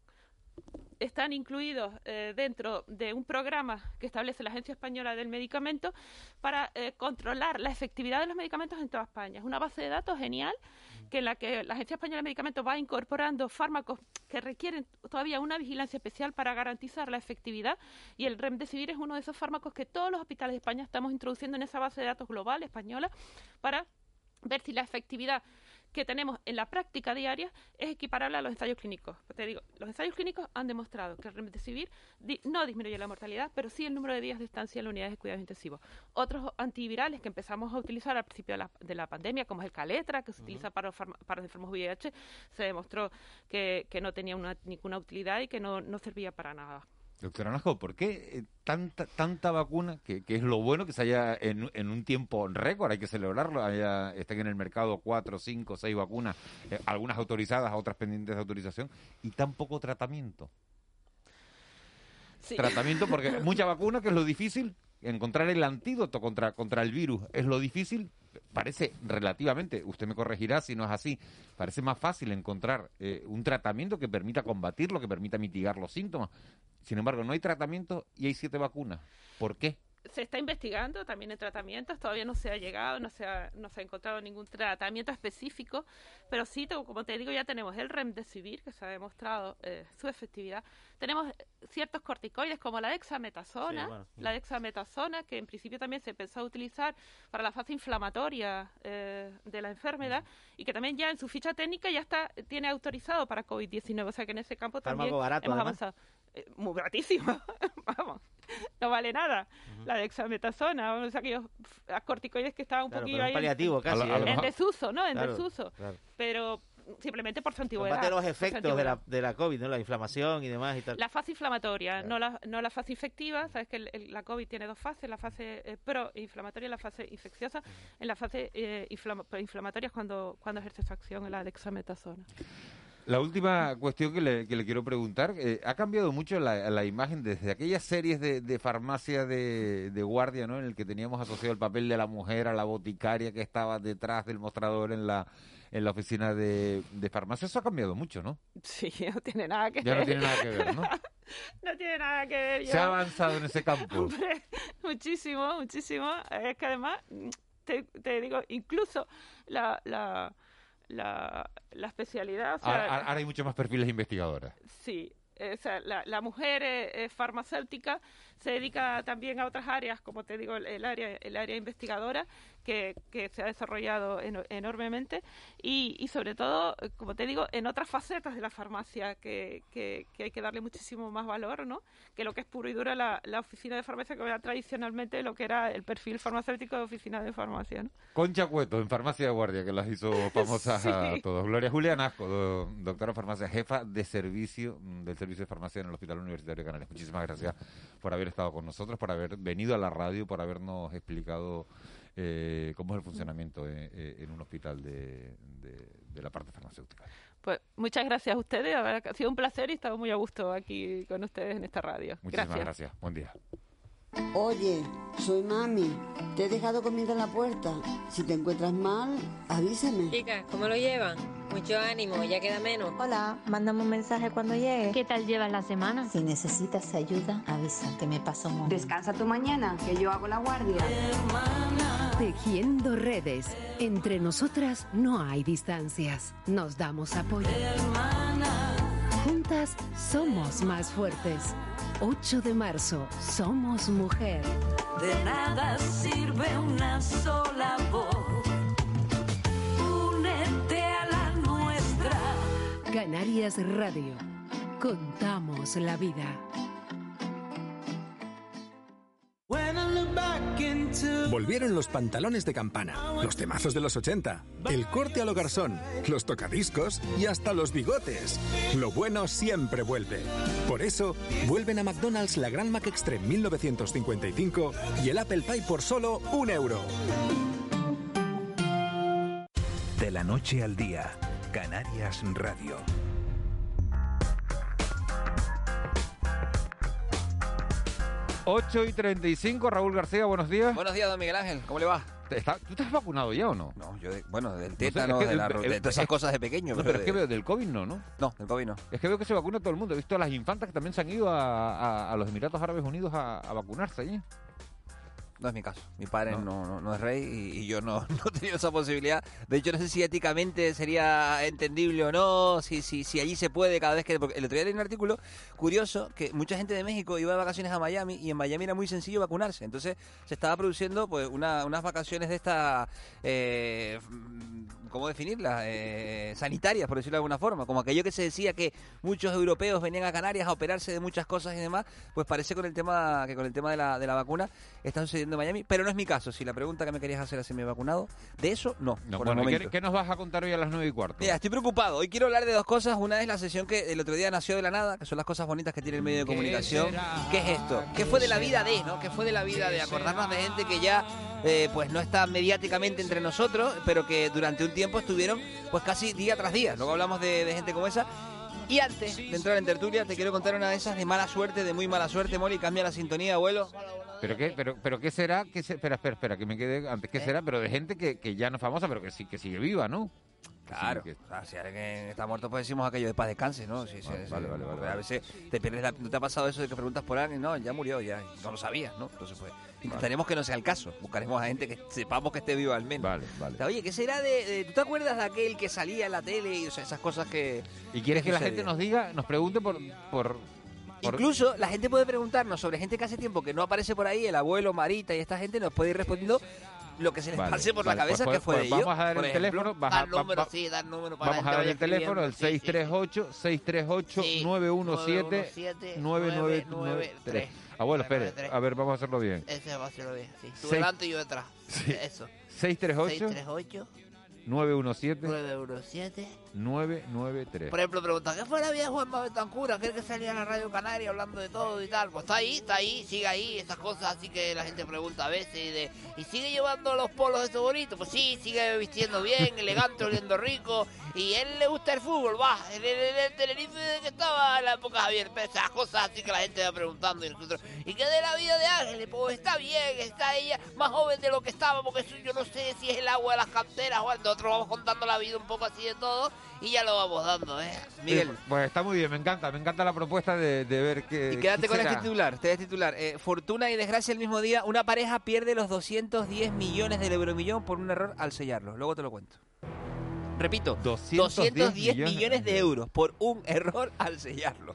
están incluidos eh, dentro de un programa que establece la Agencia Española del Medicamento para eh, controlar la efectividad de los medicamentos en toda España. Es una base de datos genial que en la que la Agencia Española de Medicamentos va incorporando fármacos que requieren todavía una vigilancia especial para garantizar la efectividad, y el Remdesivir es uno de esos fármacos que todos los hospitales de España estamos introduciendo en esa base de datos global española para ver si la efectividad que tenemos en la práctica diaria es equiparable a los ensayos clínicos. Te digo, los ensayos clínicos han demostrado que el Remdesivir di- no disminuye la mortalidad, pero sí el número de días de estancia en las unidades de cuidados intensivos. Otros antivirales que empezamos a utilizar al principio de la, de la pandemia, como es el Caletra, que se uh-huh. utiliza para los, farma- para los enfermos V I H, se demostró que, que no tenía una, ninguna utilidad y que no, no servía para nada. Doctora Najo, ¿por qué tanta tanta vacuna, que, que es lo bueno que se haya en, en un tiempo récord, hay que celebrarlo, haya, estén en el mercado cuatro, cinco, seis vacunas, eh, algunas autorizadas, otras pendientes de autorización, y tan poco tratamiento? Sí. Tratamiento, porque mucha vacuna, que es lo difícil, encontrar el antídoto contra, contra el virus es lo difícil. Parece relativamente, usted me corregirá si no es así, parece más fácil encontrar eh, un tratamiento que permita combatirlo, que permita mitigar los síntomas. Sin embargo, no hay tratamiento y hay siete vacunas. ¿Por qué? Se está investigando también en tratamientos, todavía no se ha llegado, no se ha, no se ha encontrado ningún tratamiento específico, pero sí, como te digo, ya tenemos el Remdesivir, que se ha demostrado eh, su efectividad. Tenemos ciertos corticoides como la dexametasona, sí, bueno, sí. la dexametasona, que en principio también se pensó utilizar para la fase inflamatoria eh, de la enfermedad, y que también ya en su ficha técnica ya está tiene autorizado para COVID diecinueve, o sea que en ese campo también barato, hemos además. avanzado. Eh, muy baratísimo, vamos, no vale nada. Uh-huh. La dexametasona, o sea, aquellos corticoides que estaban un claro, poquillo un ahí paliativo, en, casi, en, en desuso, ¿no? En claro, desuso, claro. Pero simplemente por su antigüedad. Combate los efectos de la, de la COVID, ¿no? La inflamación y demás y tal. La fase inflamatoria, claro. no, la, no la fase infectiva. Sabes que el, el, la COVID tiene dos fases, la fase eh, proinflamatoria y la fase infecciosa. Uh-huh. En la fase eh, inflama, proinflamatoria es cuando, cuando ejerce su acción en la dexametasona. La última cuestión que le, que le quiero preguntar, eh, ha cambiado mucho la, la imagen desde aquellas series de, de farmacia de, de guardia, ¿no? En el que teníamos asociado el papel de la mujer a la boticaria que estaba detrás del mostrador en la en la oficina de, de farmacia. Eso ha cambiado mucho, ¿no? Sí, no tiene nada que ya ver. Ya no tiene nada que ver, ¿no? No tiene nada que ver. Se yo... ha avanzado en ese campo. Hombre, muchísimo, muchísimo. Es que además, te, te digo, incluso la... la La, la especialidad. O sea, ahora, ahora hay muchos más perfiles de investigadoras. Sí, o sea, la, la mujer eh, farmacéutica se dedica también a otras áreas, como te digo, el, el área el área investigadora, que, que se ha desarrollado en, enormemente y, y sobre todo, como te digo, en otras facetas de la farmacia que, que, que hay que darle muchísimo más valor, ¿no? Que lo que es puro y duro la, la oficina de farmacia, que era tradicionalmente lo que era el perfil farmacéutico de oficina de farmacia, ¿no? Concha Cueto, en Farmacia de Guardia, que las hizo famosas Sí. a todos. Gloria Julia Nasco, do- doctora de farmacia, jefa de servicio mm, del servicio de farmacia en el Hospital Universitario de Canarias. Muchísimas gracias por haber estado con nosotros, por haber venido a la radio, por habernos explicado eh, cómo es el funcionamiento eh, eh, en un hospital de, de, de la parte farmacéutica. Pues muchas gracias a ustedes, la verdad que ha sido un placer y he estado muy a gusto aquí con ustedes en esta radio. Muchísimas Gracias. gracias. Buen día. Oye, soy mami. Te he dejado comida en la puerta. Si te encuentras mal, avísame. Chicas, ¿cómo lo llevan? Mucho ánimo, ya queda menos. Hola, mándame un mensaje cuando llegue. ¿Qué tal llevas la semana? Si necesitas ayuda, avisa, que me paso un momento. Descansa tú mañana, que yo hago la guardia. Tejiendo redes. Entre nosotras no hay distancias. Nos damos apoyo. Juntas somos más fuertes. ocho de marzo, somos mujer. De nada sirve una sola voz. Únete a la nuestra. Canarias Radio. Contamos la vida. Volvieron los pantalones de campana, los temazos de los ochenta, el corte a lo garzón, los tocadiscos y hasta los bigotes. Lo bueno siempre vuelve. Por eso, vuelven a McDonald's la Gran Mac Extreme mil novecientos cincuenta y cinco y el Apple Pie por solo un euro. De la noche al día, Canarias Radio. ocho y treinta y cinco, Raúl García, buenos días. Buenos días, don Miguel Ángel, ¿cómo le va? ¿Está, ¿Tú estás vacunado ya o no? No, yo, de, bueno, del No sé, tétano, es que de, la, el- ro- el- de todas esas es- cosas de pequeño. No, pero es de- que veo del COVID no, ¿no? No, del COVID no. Es que veo que se vacuna todo el mundo. He visto a las infantas que también se han ido a, a- a los Emiratos Árabes Unidos a, a vacunarse allí. No es mi caso. Mi padre No. no, no, no es rey y, y yo no, no he tenido esa posibilidad. De hecho, no sé si éticamente sería entendible o no, si, si, si allí se puede cada vez que... Porque el otro día leí un artículo curioso que mucha gente de México iba de vacaciones a Miami y en Miami era muy sencillo vacunarse. Entonces se estaba produciendo pues una, unas vacaciones de estas... Eh, ¿Cómo definirlas? Eh, sanitarias, por decirlo de alguna forma. Como aquello que se decía que muchos europeos venían a Canarias a operarse de muchas cosas y demás, pues parece con el tema que con el tema de la, de la vacuna está sucediendo en Miami, pero no es mi caso. Si la pregunta que me querías hacer es si me he vacunado, de eso no, No, por bueno, el ¿y momento. ¿qué, qué nos vas a contar hoy a las nueve y cuarto? Mira, estoy preocupado. Hoy quiero hablar de dos cosas. Una es la sesión que el otro día nació de la nada, que son las cosas bonitas que tiene el medio de comunicación. ¿Qué es esto? ¿Qué fue de la vida de, no? ¿Qué fue de la vida de acordarnos de gente que ya eh, pues no está mediáticamente entre nosotros, pero que durante un tiempo estuvieron pues casi día tras día? Luego hablamos de, de gente como esa. Y antes de entrar en tertulia, te quiero contar una de esas de mala suerte, de muy mala suerte. Molly, cambia la sintonía, abuelo. ¿Pero qué, pero, pero qué será? ¿Qué se- espera, espera, espera, que me quede antes. ¿Qué será? Pero de gente que, que ya no es famosa, pero que sí que sigue viva, ¿no? Claro, Sí, o sea, si alguien está muerto, pues decimos aquello de paz descanse, ¿no? Sí, sí, Vale, sí. vale, vale, vale, A vale. veces te pierdes la... ¿No te ha pasado eso de que preguntas por alguien? No, ya murió, ya no lo sabías, ¿no? Entonces, pues, intentaremos que no sea el caso. Buscaremos a gente que sepamos que esté viva al menos. Vale, vale. O sea, oye, ¿qué será de, de- ¿Tú te acuerdas de aquel que salía en la tele y o sea, esas cosas que... ¿Y quieres que la sucedían? gente nos diga, nos pregunte por... por, por- Incluso la gente puede preguntarnos sobre gente que hace tiempo que no aparece por ahí, el abuelo, Marita y esta gente nos puede ir respondiendo lo que se les Vale, pase por vale, la cabeza pues, que fue pues, de vamos ellos. a dar por el ejemplo. teléfono, baja- Dar número, va- sí, dar número para Vamos la a dar gente el vaya teléfono, el escribiendo. seis tres ocho, seis tres ocho, nueve uno siete, nueve nueve nueve tres. Abuelo, espere, a ver, vamos a hacerlo bien. Ese va a hacerlo bien, sí. Tú Seis- delante y yo detrás. Sí. Eso. seis tres ocho, seis tres ocho, nueve uno siete, nueve uno siete. nueve nueve tres. Por ejemplo, pregunta, ¿qué fue la vida de Juan Betancur? Aquel que salía en la Radio Canaria hablando de todo y tal. Pues está ahí, está ahí, sigue ahí, esas cosas así que la gente pregunta a veces. Y, de, ¿y sigue llevando los polos estos bonitos? Pues sí, sigue vistiendo bien, elegante, oliendo rico. Y a él le gusta el fútbol, va. En el, en el Tenerife que estaba en la época Javier Pérez, esas cosas así que la gente va preguntando. Y, nosotros, ¿y qué de la vida de Ángeles? Pues está bien, está ella más joven de lo que estaba, porque eso yo no sé si es el agua de las canteras o algo. Nosotros vamos contando la vida un poco así de todo y ya lo vamos dando, ¿eh? Miguel. Sí, pues está muy bien, me encanta, me encanta la propuesta de, de ver qué. Y quédate qué con será. este titular, te voy a titular. Eh, fortuna y desgracia el mismo día. Una pareja pierde los doscientos diez millones del euromillón por un error al sellarlo. Luego te lo cuento. Repito, doscientos diez millones de euros por un error al sellarlo.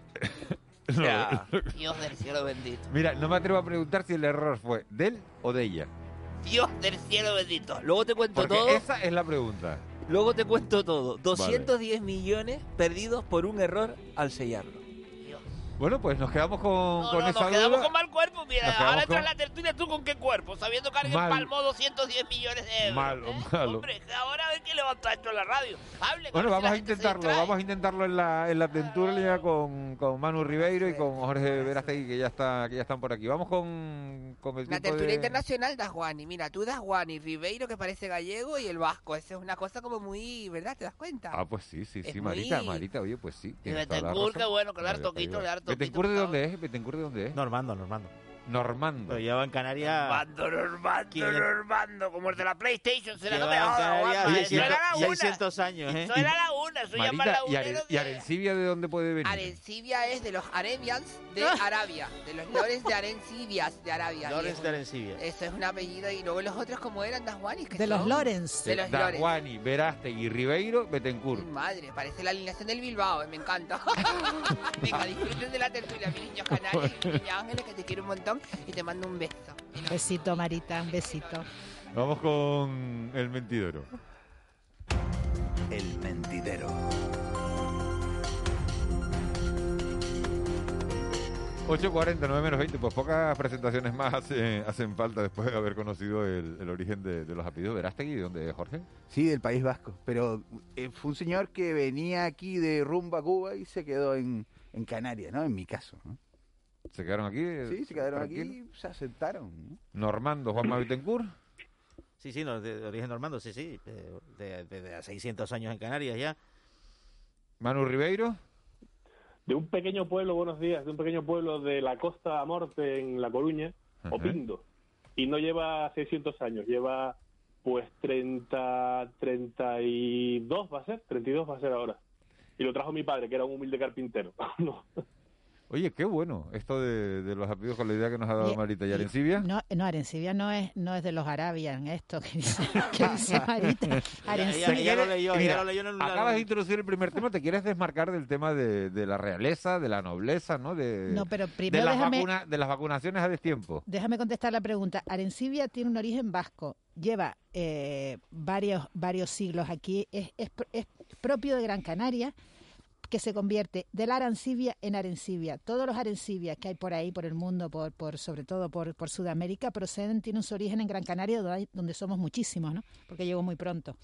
O sea, Dios del cielo bendito. Mira, no me atrevo a preguntar si el error fue de él o de ella. Dios del cielo bendito. Luego te cuento Porque todo. esa es la pregunta. Luego te cuento todo. doscientos diez millones perdidos por un error al sellarlo. Bueno, pues nos quedamos con, No, con no, esa nos quedamos duda. con mal cuerpo. Mira, Nos quedamos ahora entras con- en la tertulia, ¿tú con qué cuerpo? Sabiendo que alguien Mal. palmó doscientos diez millones de euros. Malo, ¿eh? malo. Hombre, ahora a ver qué levanta esto en la radio. Hable, Bueno, ver si vamos la a gente se intentarlo, distrae. vamos a intentarlo en la, en la tertulia con, con Manu Ribeiro y con Jorge Verástegui, que ya está, que ya están por aquí. Vamos con, con el La tiempo tertulia de... internacional das Juani. Mira, tú das Juani, Ribeiro, que parece gallego, y el vasco. Eso es una cosa como muy, ¿verdad? ¿Te das cuenta? Ah, pues sí, sí, Es sí, muy- Marita, Marita, oye, pues sí. Y tienes toda la Betancourt, razón. qué bueno, que le No dar había toquito, caído. le dar toquito. ¿Betancourt de dónde es? ¿Betancourt de dónde es? Normando, Normando. Normando. Lo lleva en Canarias. Normando, Normando, ¿Quién es? Normando, como el de la PlayStation. Será no Lleva me en jodas, Canarias guapa. Oye, Eso y- era la y- una. seiscientos años, ¿eh? Eso era la una, soy más Marita, ¿y, lagunero Are- y Arencibia de dónde puede venir? Arencibia es de los Arabians de Arabia, de los lores de Arencibias de Arabia. Lores Y de Arencibia. Eso es un apellido. Y luego los otros, como eran? Dasguanis. De los Lorenz. De los Lorenz. Daguani, Verástegui, Ribeiro, Betancourt. Madre, parece la alineación del Bilbao, eh, me encanta. Venga, disfruten de la tertulia, mis niños canarios y mis niños ángeles, que te quiero un montón y te mando un beso. Besito, Marita, un besito. Vamos con el mentidero. El mentidero. ocho cuarenta, nueve menos veinte, pues pocas presentaciones más hace- hacen falta después de haber conocido el, el origen de, de los apellidos. Verástegui, ¿de dónde es, Jorge? Sí, del País Vasco. Pero eh, fue un señor que venía aquí de rumbo a Cuba y se quedó en, en Canarias, ¿no? En mi caso, ¿no? ¿Se quedaron aquí? Sí, se quedaron aquí tranquilos? y se asentaron, ¿no? Normando, Juanma Betancourt. Sí, sí, no, de, de origen normando, sí, sí. De, de, de- de seiscientos años en Canarias ya. Manu Ribeiro. De un pequeño pueblo, buenos días, de un pequeño pueblo de la Costa Morte en La Coruña, Ajá. Opindo. Y no lleva seiscientos años, lleva pues treinta, treinta y dos va a ser, treinta y dos va a ser ahora. Y lo trajo mi padre, que era un humilde carpintero. No. Oye, qué bueno esto de, de los apellidos con la idea que nos ha dado Y- Marita. ¿Y y- Arencibia? No, no, Arencibia no es, no es de los Arabian, esto que dice, que dice Marita. Arencibia. ya lo leyó, ya Mira, lo leyó en un- acabas de introducir el primer tema. ¿Te quieres desmarcar del tema de, de la realeza, de la nobleza, ¿no? De, No, pero de, primero las déjame- vacuna- de las vacunaciones a destiempo. Déjame contestar la pregunta. Arencibia tiene un origen vasco, lleva eh, varios, varios siglos aquí, es, es, es propio de Gran Canaria, que se convierte de la Arancibia en Arencibia. Todos los Arencibias que hay por ahí, por el mundo, por, por sobre todo por, por Sudamérica, proceden, tienen su origen en Gran Canaria, donde, hay- donde somos muchísimos, ¿no? Porque llegó muy pronto.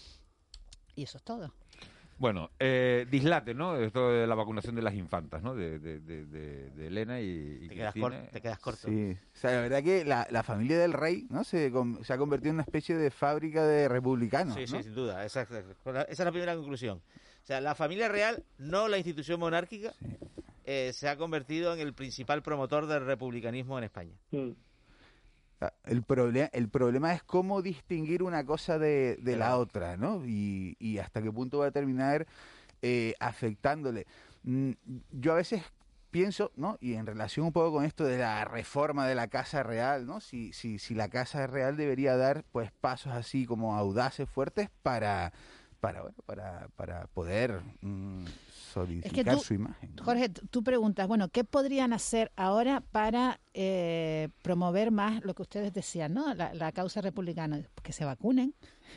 Y eso es todo. Bueno, eh, dislate, ¿no? Esto de la vacunación de las infantas, ¿no? De, de, de, de- de Elena y, y Te quedas, Cristina. cor- te quedas corto. Sí, o sea, la verdad que la, la familia del rey, ¿no? Se, con- se ha convertido en una especie de fábrica de republicanos, Sí, ¿no? sí, sin duda. Esa, es- esa es la primera conclusión. O sea, la familia real, no la institución monárquica, eh, se ha convertido en el principal promotor del republicanismo en España. O sea, El, proble- el problema es cómo distinguir una cosa de, de la otra, ¿no? Y, y hasta qué punto va a terminar eh, afectándole. Mm, Yo a veces pienso, ¿no? Y en relación un poco con esto de la reforma de la Casa Real, ¿no? Si, si, si la Casa Real debería dar, pues, pasos así como audaces, fuertes para, para, bueno, para, para poder mm, solidificar tú- su imagen. Jorge, t- tú preguntas, bueno, ¿qué podrían hacer ahora para eh, promover más lo que ustedes decían, ¿no? La, la causa republicana, que se vacunen.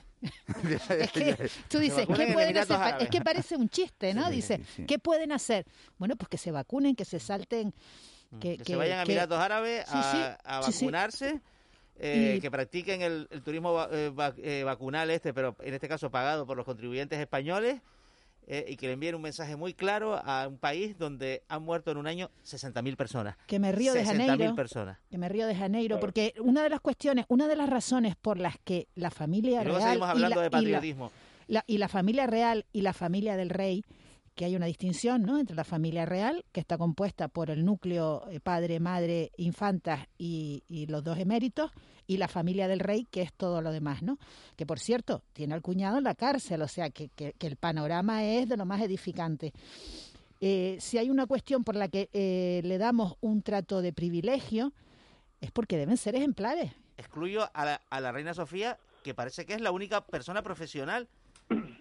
Es que tú dices, vacunen ¿qué en pueden Emiratos hacer? Pa- Árabes. Es que parece un chiste, ¿no? Sí, Dice, sí, sí. ¿qué pueden hacer? Bueno, pues que se vacunen, que se salten, que, Que, se vayan a que- Emiratos Árabes Sí, a, sí, a sí, sí. vacunarse, eh, Y- que practiquen el, el turismo va- eh, va- eh, vacunal este, pero en este caso pagado por los contribuyentes españoles, eh, y que le envíen un mensaje muy claro a un país donde han muerto en un año sesenta mil personas. que me río de sesenta Janeiro, mil personas. que me río de Janeiro, Claro. porque una de las cuestiones, una de las razones por las que la familia Y luego real seguimos y hablando la- de y la- patriotismo. La, y la familia real y la familia del rey, que hay una distinción, ¿no? Entre la familia real, que está compuesta por el núcleo eh, padre, madre, infantas y, y los dos eméritos, y la familia del rey, que es todo lo demás, ¿no? Que, por cierto, tiene al cuñado en la cárcel, o sea, que, que, que el panorama es de lo más edificante. Eh, si hay una cuestión por la que eh, le damos un trato de privilegio, es porque deben ser ejemplares. Excluyo a la, a la reina Sofía, que parece que es la única persona profesional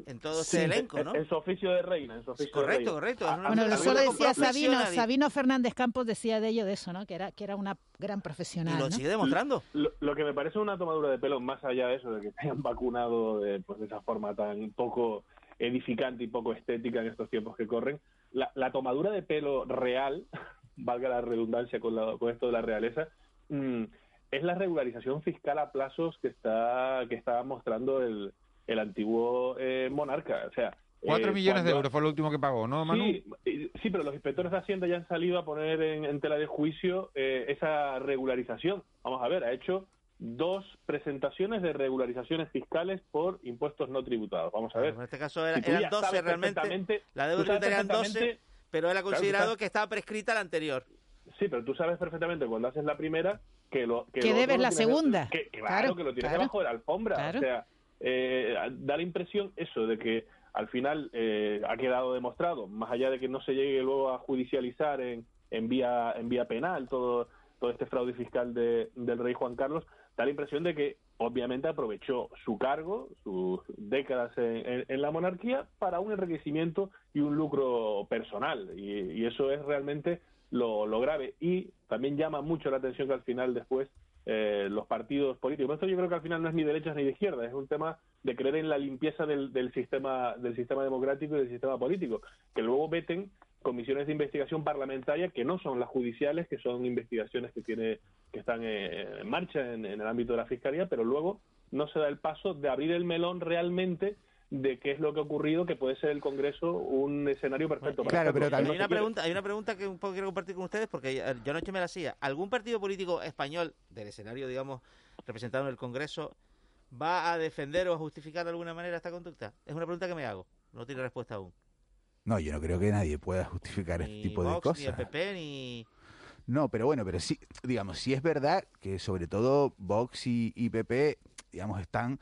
en todo este elenco, ¿no? En, en su oficio de reina, en su oficio correcto, de reina. correcto. A, bueno, a, eso lo decía Sabino, y... Sabino Fernández Campos decía de ello, de eso, ¿no? Que era, que era una gran profesional. Y lo ¿no? sigue demostrando. Lo, lo que me parece una tomadura de pelo, más allá de eso, de que se hayan vacunado de, pues, de esa forma tan poco edificante y poco estética en estos tiempos que corren, la, la tomadura de pelo real, valga la redundancia con, la, con esto de la realeza, mmm, es la regularización fiscal a plazos que está que está mostrando el, el antiguo eh, monarca. O sea, Cuatro eh, millones de cuando... euros fue lo último que pagó, ¿no, Manu? Sí, sí, pero los inspectores de Hacienda ya han salido a poner en, en tela de juicio eh, esa regularización. Vamos a ver, ha hecho dos presentaciones de regularizaciones fiscales por impuestos no tributados. Vamos a ver. En este caso era, si eran doce realmente, la deuda tributaria eran doce, pero él ha considerado claro, que estaba prescrita la anterior. Sí, pero tú sabes perfectamente cuando haces la primera que lo que, que lo debes la tienes, segunda. Que, que, claro, claro, que lo tienes claro, debajo de la alfombra. Claro. O sea, eh, da la impresión eso de que al final eh, ha quedado demostrado, más allá de que no se llegue luego a judicializar en, en vía en vía penal todo todo este fraude fiscal de, del rey Juan Carlos, da la impresión de que obviamente aprovechó su cargo, sus décadas en, en, en la monarquía, para un enriquecimiento y un lucro personal. Y, y eso es realmente lo, lo grave. Y también llama mucho la atención que al final después eh, los partidos políticos, esto yo creo que al final no es ni de derechas ni de izquierdas, es un tema de creer en la limpieza del, del sistema del sistema democrático y del sistema político, que luego veten comisiones de investigación parlamentaria que no son las judiciales, que son investigaciones que tiene que están eh, en marcha en, en el ámbito de la Fiscalía, pero luego no se da el paso de abrir el melón realmente de qué es lo que ha ocurrido, que puede ser el Congreso un escenario perfecto para claro, hacerlo. pero también hay una pregunta, hay una pregunta que un poco quiero compartir con ustedes, porque yo anoche me la hacía. ¿Algún partido político español del escenario, digamos, representado en el Congreso, va a defender o a justificar de alguna manera esta conducta? Es una pregunta que me hago, no tiene respuesta aún. No, yo no creo que nadie pueda justificar Ni este tipo Vox, de cosas. Ni el P P, ni... No, pero bueno, pero sí, digamos, sí es verdad que sobre todo Vox y, y P P, digamos, están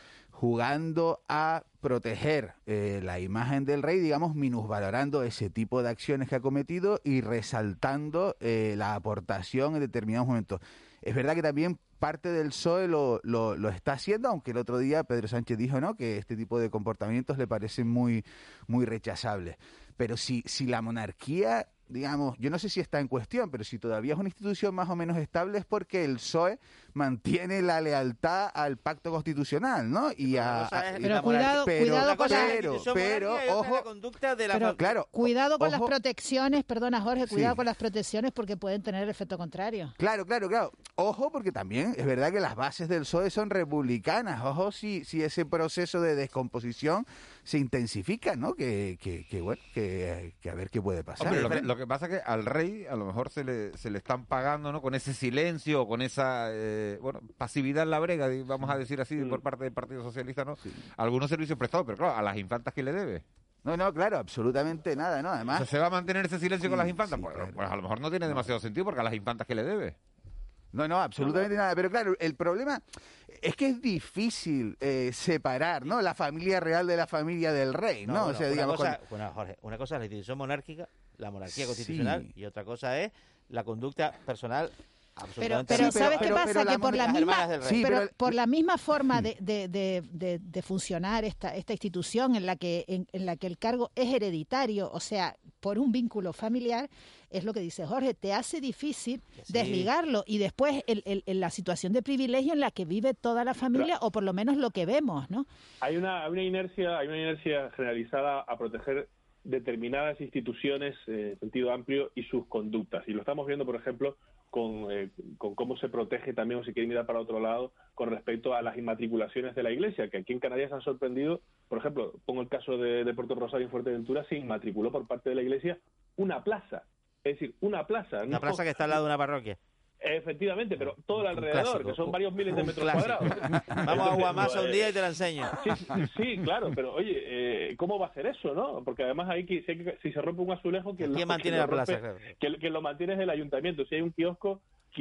jugando a proteger eh, la imagen del rey, digamos, minusvalorando ese tipo de acciones que ha cometido y resaltando eh, la aportación en determinados momentos. Es verdad que también parte del P S O E lo, lo, lo está haciendo, aunque el otro día Pedro Sánchez dijo, ¿no?, que este tipo de comportamientos le parecen muy, muy rechazables. Pero si, si la monarquía, digamos, yo no sé si está en cuestión, pero si todavía es una institución más o menos estable es porque el P S O E mantiene la lealtad al pacto constitucional, ¿no? Y a, es, pero cuidado, pero, cuidado con pero, la pero, ojo, la conducta de la pero, claro, cuidado con ojo, las protecciones, perdona Jorge, cuidado sí. con las protecciones porque pueden tener el efecto contrario. Claro, claro, claro. Ojo, porque también es verdad que las bases del P S O E son republicanas. Ojo si, si ese proceso de descomposición se intensifica, ¿no? Que, que, que bueno, que, que a ver qué puede pasar. Hombre, lo, que, lo que pasa es que al rey a lo mejor se le, se le están pagando, ¿no?, con ese silencio, con esa eh, bueno, pasividad en la brega, vamos a decir así, sí. por parte del Partido Socialista, ¿no? Sí. Algunos servicios prestados, pero claro, a las infantas, ¿qué le debe? No, no, claro, absolutamente nada, ¿no? Además... O sea, ¿se va a mantener ese silencio sí, con las infantas? Sí, pues, claro. pues a lo mejor no tiene demasiado sentido, porque a las infantas, ¿qué le debe? No, no, absolutamente no, no. nada. Pero claro, el problema es que es difícil eh, separar, ¿no?, la familia real de la familia del rey, ¿no? no bueno, o sea, una digamos, cosa, con... bueno, Jorge, una cosa es la institución monárquica, la monarquía constitucional, sí. y otra cosa es la conducta personal. Pero, pero sí, ¿sabes pero, qué pero, pasa? pero que por la, misma, sí, pero pero... por la misma forma de, de, de, de, de funcionar esta, esta institución en la, que, en, en la que el cargo es hereditario, o sea, por un vínculo familiar, es lo que dice Jorge, te hace difícil sí. desligarlo. Y después el, el, el, la situación de privilegio en la que vive toda la familia, pero, o por lo menos lo que vemos, ¿no? Hay una, hay una inercia, hay una inercia generalizada a proteger determinadas instituciones eh, en sentido amplio y sus conductas. Y lo estamos viendo, por ejemplo, con, eh, con cómo se protege también, o si quieren mirar para otro lado, con respecto a las inmatriculaciones de la Iglesia, que aquí en Canarias han sorprendido. Por ejemplo, pongo el caso de, de Puerto Rosario y Fuerteventura, se inmatriculó por parte de la Iglesia una plaza. Es decir, una plaza. Una no, plaza que está al lado de una parroquia. Efectivamente, pero todo el alrededor, clásico, que son varios miles de metros clásico. cuadrados. Vamos a Guamasa un día y te la enseño. Sí, sí, claro, pero oye, eh, ¿cómo va a ser eso, no? Porque además ahí, si, si se rompe un azulejo... ¿Quién lo, mantiene la rompe, plaza? Claro. Que, que lo mantiene es el ayuntamiento. Si hay un kiosco,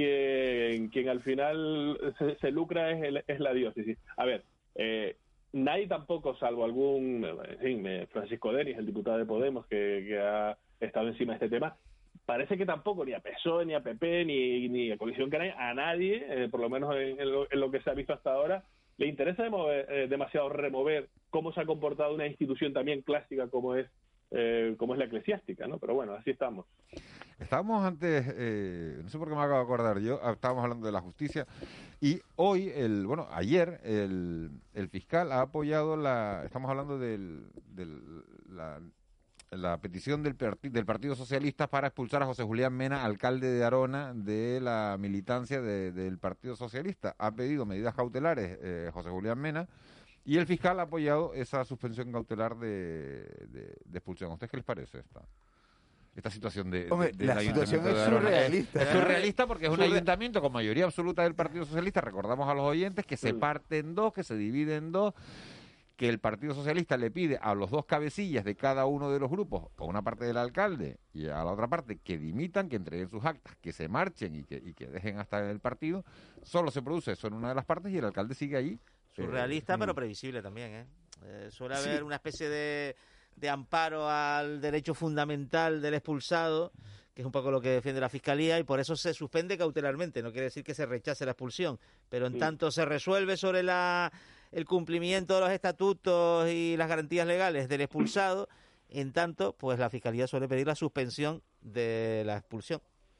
quien, quien al final se, se lucra es, el, es la diócesis. A ver, eh, nadie tampoco, salvo algún... En fin, Francisco Denis, el diputado de Podemos, que, que ha estado encima de este tema... Parece que tampoco ni a P S O E, ni a P P, ni, ni a Coalición Canaria, a nadie, eh, por lo menos en, en, lo, en lo que se ha visto hasta ahora, le interesa de mover, eh, demasiado remover cómo se ha comportado una institución también clásica como es eh, como es la eclesiástica, ¿no? Pero bueno, así estamos. Estábamos antes, eh, no sé por qué me acabo de acordar yo, estábamos hablando de la justicia y hoy, el bueno, ayer el, el fiscal ha apoyado la, estamos hablando del, del la, la petición del, del Partido Socialista para expulsar a José Julián Mena, alcalde de Arona, de la militancia de, del Partido Socialista. Ha pedido medidas cautelares eh, José Julián Mena y el fiscal ha apoyado esa suspensión cautelar de, de, de expulsión. ¿A ustedes qué les parece esta? Esta situación de, Hombre, de, de la situación es surrealista. Es, es surrealista porque es un ayuntamiento con mayoría absoluta del Partido Socialista. Recordamos a los oyentes que se parte en dos, que se divide en dos, que el Partido Socialista le pide a los dos cabecillas de cada uno de los grupos, a una parte del alcalde y a la otra parte, que dimitan, que entreguen sus actas, que se marchen y que, y que dejen hasta el partido. Solo se produce eso en una de las partes y el alcalde sigue allí. Surrealista, eh, pero previsible también, ¿eh? eh suele haber sí. una especie de, de amparo al derecho fundamental del expulsado, que es un poco lo que defiende la Fiscalía, y por eso se suspende cautelarmente. No quiere decir que se rechace la expulsión, pero en sí. tanto se resuelve sobre la el cumplimiento de los estatutos y las garantías legales del expulsado, en tanto, pues la Fiscalía suele pedir la suspensión de la expulsión.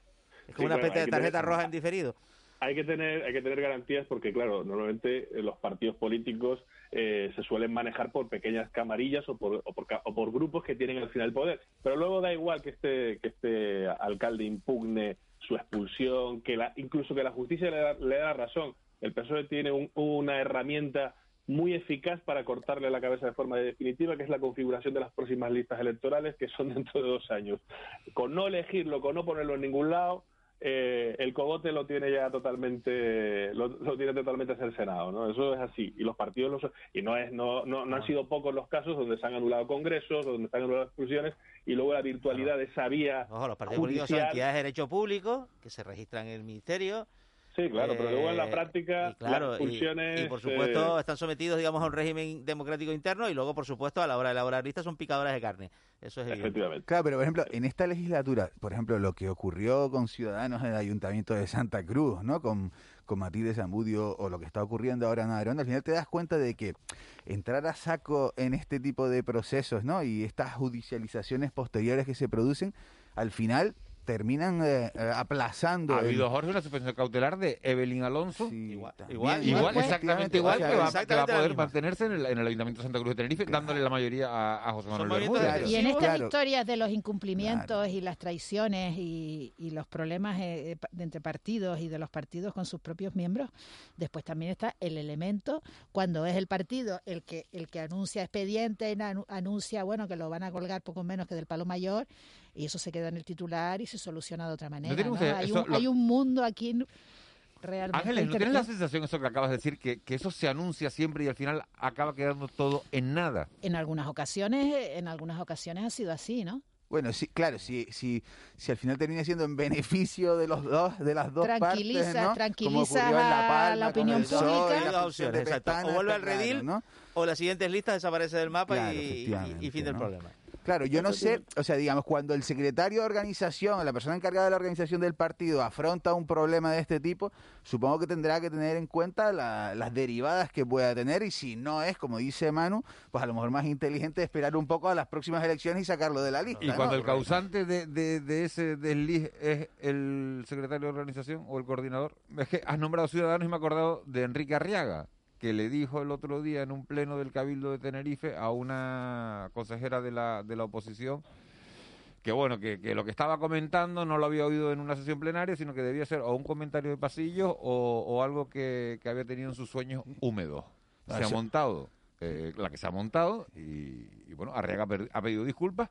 Es como sí, una especie bueno, de tarjeta tener... roja en diferido. Hay que tener hay que tener garantías porque, claro, normalmente los partidos políticos eh, se suelen manejar por pequeñas camarillas o por, o, por, o por grupos que tienen al final el poder. Pero luego da igual que este que este alcalde impugne su expulsión, que la, incluso que la justicia le da, le da la razón. El P S O E tiene un, una herramienta muy eficaz para cortarle la cabeza de forma definitiva, que es la configuración de las próximas listas electorales, que son dentro de dos años. Con no elegirlo, con no ponerlo en ningún lado, Eh, el cogote lo tiene ya totalmente lo, lo tiene totalmente cercenado, ¿no? Eso es así, y los partidos lo son, y no es no no, no han sido pocos los casos donde se han anulado congresos, donde se han anulado expulsiones, y luego la virtualidad de esa vía Ojo, los partidos judicial... políticos son entidades de derecho público que se registran en el ministerio. Sí, claro, eh, pero luego en la práctica y claro, las expulsiones... Y, y por supuesto eh... están sometidos, digamos, a un régimen democrático interno, y luego, por supuesto, a la hora de elaborar listas son picadoras de carne. Eso es efectivamente. Claro, pero por ejemplo, en esta legislatura, por ejemplo, lo que ocurrió con Ciudadanos en el Ayuntamiento de Santa Cruz, ¿no? Con, con Matilde Zamudio, o lo que está ocurriendo ahora en Arona, al final te das cuenta de que entrar a saco en este tipo de procesos, ¿no? Y estas judicializaciones posteriores que se producen, al final terminan eh, aplazando. Ha habido, el... Jorge, una suspensión cautelar de Evelyn Alonso. Sí, igual, igual, igual, exactamente igual, que va, que va a poder misma. mantenerse en el, en el Ayuntamiento de Santa Cruz de Tenerife, claro. dándole la mayoría a, a José Manuel Bermúdez. Claro. Y en estas claro. historias de los incumplimientos claro. y las traiciones y, y los problemas eh, de entre partidos y de los partidos con sus propios miembros, después también está el elemento cuando es el partido el que el que anuncia expediente, anuncia bueno que lo van a colgar poco menos que del palo mayor, y eso se queda en el titular y se soluciona de otra manera. ¿No ¿no? Usted, hay, un, lo... hay un mundo aquí realmente... Ángeles, ¿no tienes la sensación, eso que acabas de decir, que, que eso se anuncia siempre y al final acaba quedando todo en nada? En algunas ocasiones, en algunas ocasiones ha sido así, ¿no? Bueno, sí, claro, si, si, si al final termina siendo en beneficio de los dos, de las dos tranquiliza, partes, ¿no? Tranquiliza a la, Palma, la opinión pública. Dos opciones, exacto. O vuelve al redil, claro, ¿no? O las siguientes listas desaparece del mapa claro, y, y, y fin del ¿no? problema. Claro, yo no sé, o sea, digamos, cuando el secretario de organización, la persona encargada de la organización del partido afronta un problema de este tipo, supongo que tendrá que tener en cuenta la, las derivadas que pueda tener, y si no es, como dice Manu, pues a lo mejor más inteligente esperar un poco a las próximas elecciones y sacarlo de la lista. Y ¿no? cuando el causante de, de, de ese desliz es el secretario de organización o el coordinador, es que has nombrado Ciudadanos y me he acordado de Enrique Arriaga, que le dijo el otro día en un pleno del Cabildo de Tenerife a una consejera de la de la oposición que bueno, que, que lo que estaba comentando no lo había oído en una sesión plenaria, sino que debía ser o un comentario de pasillo o, o algo que, que había tenido en sus sueños húmedos. Se ah, ha montado, eh, la que se ha montado, y, y bueno, Arriaga ha pedido disculpas,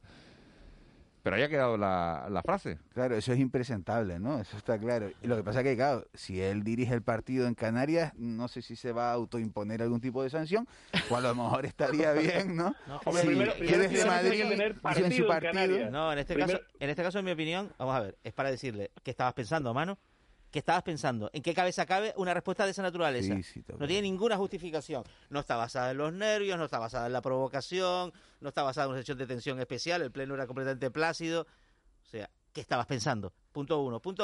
pero ahí ha quedado la, la frase. Claro, eso es impresentable, ¿no? Eso está claro. Y lo que pasa es que, claro, si él dirige el partido en Canarias, no sé si se va a autoimponer algún tipo de sanción, o a lo mejor estaría bien, ¿no? no si primero, primero, desde primero Madrid tener partido en su partido. En no, en este primero, caso, en este caso, en mi opinión, vamos a ver, es para decirle, ¿qué estabas pensando, mano? ¿Qué estabas pensando? ¿En qué cabeza cabe una respuesta de esa naturaleza? Sí, sí, no tiene ninguna justificación. No está basada en los nervios, no está basada en la provocación, no está basada en una sesión de tensión especial, el pleno era completamente plácido. O sea, ¿qué estabas pensando? Punto uno. Punto dos,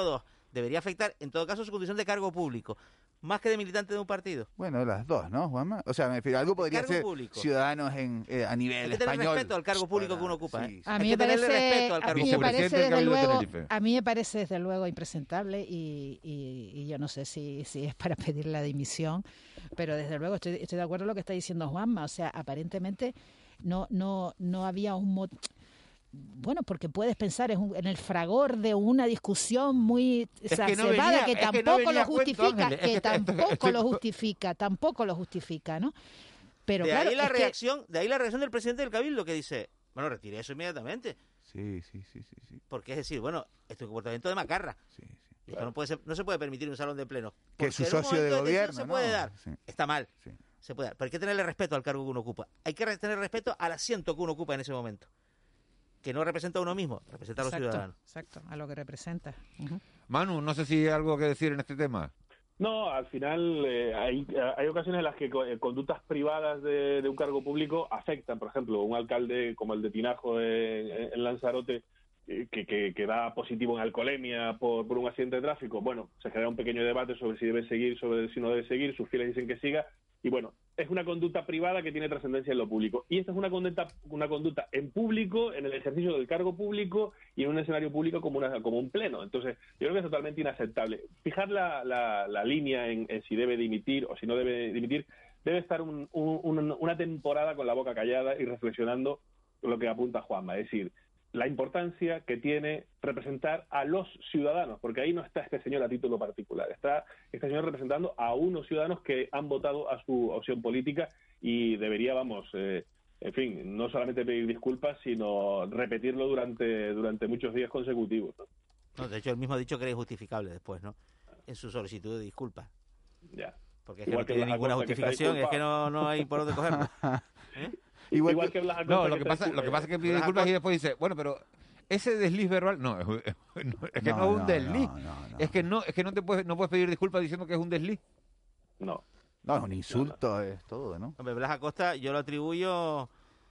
debería afectar, en todo caso, su condición de cargo público, más que de militante de un partido. Bueno, las dos, ¿no, Juanma? O sea, me refiero, algo podría cargo ser público. ciudadanos en, eh, a nivel Hay que tener español. respeto al cargo público que uno ocupa. Sí, ¿eh? A Hay mí, que me tenerle parece, respeto al a cargo mí me público. parece desde luego, a mí me parece desde luego impresentable y, y, y yo no sé si, si es para pedir la dimisión, pero desde luego estoy, estoy de acuerdo con lo que está diciendo Juanma. O sea, aparentemente no, no, no había un motivo. Bueno, porque puedes pensar en, un, en el fragor de una discusión muy exacerbada que, no que tampoco lo justifica, que, que tampoco estoy... lo justifica, tampoco lo justifica, ¿no? Pero de claro, ahí la es reacción, que... de ahí la reacción del presidente del Cabildo que dice, bueno, retire eso inmediatamente. Sí, sí, sí, sí, sí. Porque es decir, bueno, esto es un comportamiento de macarra. Sí, sí. Esto claro. no puede ser, no se puede permitir en un salón de pleno. Que su socio de gobierno, se ¿no? puede dar. Sí. Está mal. Sí. Se puede dar. Pero hay que tenerle respeto al cargo que uno ocupa. Hay que tener respeto al asiento que uno ocupa en ese momento. Que no representa a uno mismo, representa a los exacto, ciudadanos. Exacto, a lo que representa. Uh-huh. Manu, no sé si hay algo que decir en este tema. No, al final eh, hay, hay ocasiones en las que eh, conductas privadas de, de un cargo público afectan. Por ejemplo, un alcalde como el de Tinajo en, en Lanzarote, eh, que, que, que da positivo en alcoholemia por, por un accidente de tráfico. Bueno, se genera un pequeño debate sobre si debe seguir, sobre si no debe seguir. Sus fieles dicen que siga. Y bueno, es una conducta privada que tiene trascendencia en lo público. Y esta es una conducta, una conducta en público, en el ejercicio del cargo público y en un escenario público como, una, como un pleno. Entonces, yo creo que es totalmente inaceptable. Fijar la, la, la línea en, en si debe dimitir o si no debe dimitir, debe estar un, un, un, una temporada con la boca callada y reflexionando lo que apunta Juanma. Es decir, la importancia que tiene representar a los ciudadanos, porque ahí no está este señor a título particular, está este señor representando a unos ciudadanos que han votado a su opción política y debería, vamos, eh, en fin, no solamente pedir disculpas, sino repetirlo durante durante muchos días consecutivos, ¿no? No, de hecho, él mismo ha dicho que era injustificable después, ¿no? En su solicitud de disculpas. Ya. Porque es que no tiene ninguna justificación, es que no, no hay por dónde cogerlo. ¿Eh? Igual, Igual que, que Blas no, lo que pasa, lo que pasa es que pide disculpas y después dice, bueno, pero ese desliz verbal, no, es, es, es que no, no es un no, desliz, no, no, no. es que no, es que no te puedes, no puedes pedir disculpas diciendo que es un desliz. No, no, es un insulto, no, no. es todo, ¿no? Hombre, Blas Acosta, yo lo atribuyo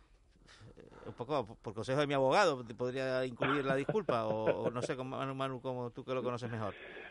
un poco por consejo de mi abogado, podría incluir la disculpa o, o no sé, con Manu, Manu, como tú que lo conoces mejor.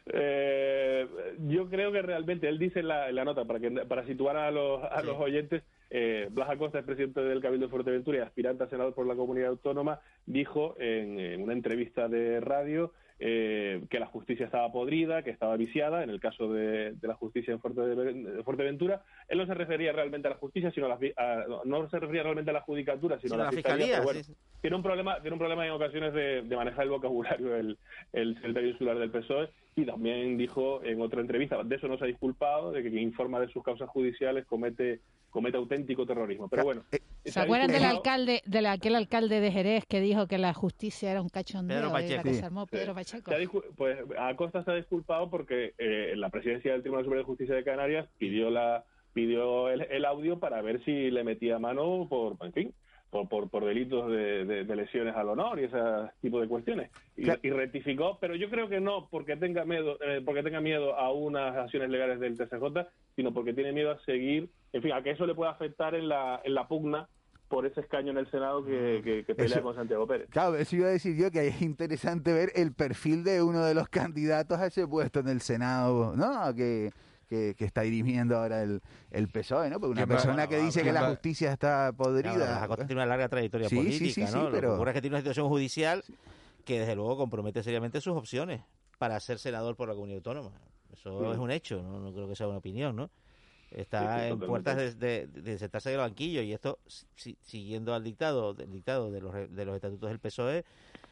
Eh, yo creo que realmente él dice en la, en la nota para que para situar a los a sí. los oyentes. Eh, Blas Acosta, el presidente del Cabildo de Fuerteventura y aspirante a senador por la comunidad autónoma, dijo en, en una entrevista de radio eh, que la justicia estaba podrida, que estaba viciada, en el caso de, de la justicia en Fuerteventura. Él no se refería realmente a la justicia, sino a la, a, no se refería realmente a la judicatura, sino sí, a la, la fiscalía. fiscalía bueno, sí. tiene un problema, tiene un problema en ocasiones de, de manejar el vocabulario el, el secretario insular del P S O E, y también dijo en otra entrevista, de eso no se ha disculpado, de que quien informa de sus causas judiciales comete comete auténtico terrorismo. Pero bueno, ¿se acuerdan del alcalde, de aquel alcalde de Jerez que dijo que la justicia era un cachondeo? Pedro Pacheco. La que se armó Pedro Pacheco. Se discul- pues Acosta se ha disculpado porque eh, la presidencia del Tribunal Superior de Justicia de Canarias pidió la pidió el, el audio para ver si le metía mano por, en fin, por, por, por delitos de, de, de lesiones al honor y ese tipo de cuestiones. Y, y rectificó, pero yo creo que no porque tenga miedo, eh, porque tenga miedo a unas acciones legales del T C J, sino porque tiene miedo a seguir, en fin, a que eso le pueda afectar en la, en la pugna por ese escaño en el Senado que, que, que pelea eso, con Santiago Pérez. Claro, eso iba a decir yo, que es interesante ver el perfil de uno de los candidatos a ese puesto en el Senado, ¿no? Que... Que, que está dirimiendo ahora el, el P S O E, ¿no? Porque una persona va, que dice que la justicia está podrida... Claro, Acosta tiene una larga trayectoria sí, política, sí, sí, ¿no? Sí, Lo pero... que ocurre es que tiene una situación judicial que desde luego compromete seriamente sus opciones para ser senador por la comunidad autónoma. Eso sí. es un hecho, ¿no? No creo que sea una opinión, ¿no? Está sí, sí, en puertas de, de, de sentarse del banquillo y esto, si, siguiendo al dictado, el dictado de los, de los estatutos del P S O E,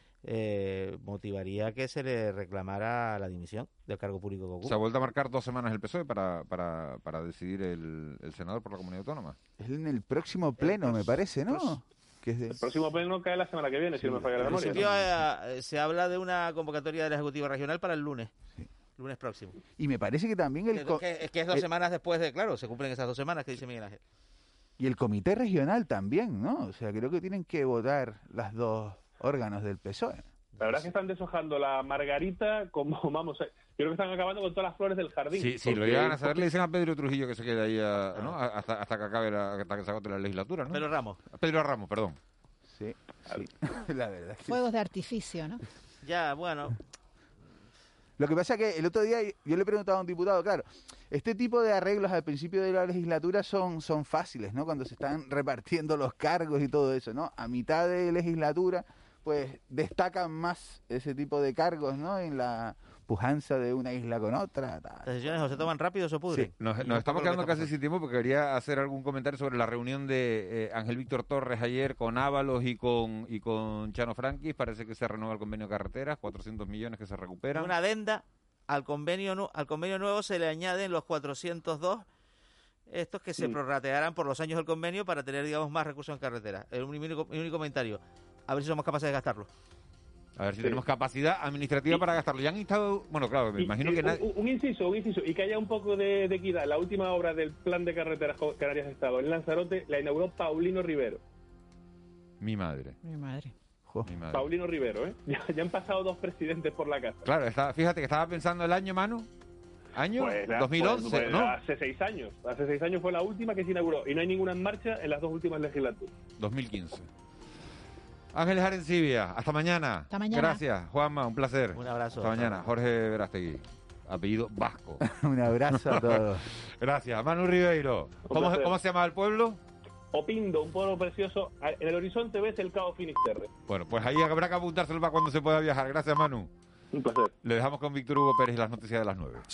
Eh, motivaría que se le reclamara la dimisión del cargo público que ocupa. Se ha vuelto a marcar dos semanas el P S O E para, para, para decidir el, el senador por la comunidad autónoma. Es en el próximo pleno, el, me parece, ¿no? Pues, que es de... El próximo pleno cae la semana que viene, sí, si no me falla la memoria. En principio eh, se habla de una convocatoria de la Ejecutiva Regional para el lunes. Sí. Lunes próximo. Y me parece que también el... Es que es, que es dos el... semanas después de, claro, se cumplen esas dos semanas que dice Miguel Ángel. Y el comité regional también, ¿no? O sea, creo que tienen que votar las dos órganos del P S O E. La verdad es que están deshojando la margarita como, vamos, a, creo que están acabando con todas las flores del jardín. Sí, sí, lo llegan a saber, le dicen a Pedro Trujillo que se quede ahí a, ¿no? hasta, hasta que acabe la, hasta que se agote la legislatura, ¿no? Pedro Ramos. Pedro Ramos, perdón. Sí, sí. La verdad. Fuegos de artificio, ¿no? Ya, bueno... Lo que pasa es que el otro día yo le preguntaba a un diputado, claro, este tipo de arreglos al principio de la legislatura son, son fáciles, ¿no? Cuando se están repartiendo los cargos y todo eso, ¿no? A mitad de legislatura, pues destacan más ese tipo de cargos, ¿no? En la pujanza de una isla con otra. Ta, Las decisiones o se toman rápido o se pudren. Sí, nos, nos estamos quedando casi sin tiempo porque quería hacer algún comentario sobre la reunión de eh, Ángel Víctor Torres ayer con Ábalos y con y con Chano Franquis. Parece que se renueva el convenio de carreteras, cuatrocientos millones que se recuperan. Una adenda al convenio nu- al convenio nuevo se le añaden los cuatrocientos dos estos que se Sí. prorratearán por los años del convenio para tener, digamos, más recursos en carretera. El único, mi único comentario. A ver si somos capaces de gastarlo. A ver si Sí. tenemos capacidad administrativa Y- para gastarlo. Ya han estado, bueno, claro, me Y- imagino y que un, nadie... un inciso, un inciso, y que haya un poco de, de equidad. La última obra del plan de carreteras Canarias Estado en Lanzarote la inauguró Paulino Rivero. Mi madre. Mi madre. Mi madre. Paulino Rivero, ¿eh? Ya, ya han pasado dos presidentes por la casa. Claro, está, fíjate que estaba pensando el año, Manu. ¿Año? Pues, dos mil once, pues, pues, ¿no? Hace seis años. Hace seis años fue la última que se inauguró. Y no hay ninguna en marcha en las dos últimas legislaturas. dos mil quince. Ángeles Arencibia, hasta mañana. Hasta mañana. Gracias, Juanma, un placer. Un abrazo. Hasta mañana. Jorge Verástegui, apellido vasco. Un abrazo a todos. Gracias. Manu Ribeiro. ¿Cómo, placer. ¿Cómo se llama el pueblo? Opindo, un pueblo precioso. En el horizonte ves el Cabo Finisterre. Bueno, pues ahí habrá que apuntárselo para cuando se pueda viajar. Gracias, Manu. Un placer. Le dejamos con Víctor Hugo Pérez y las noticias de las nueve.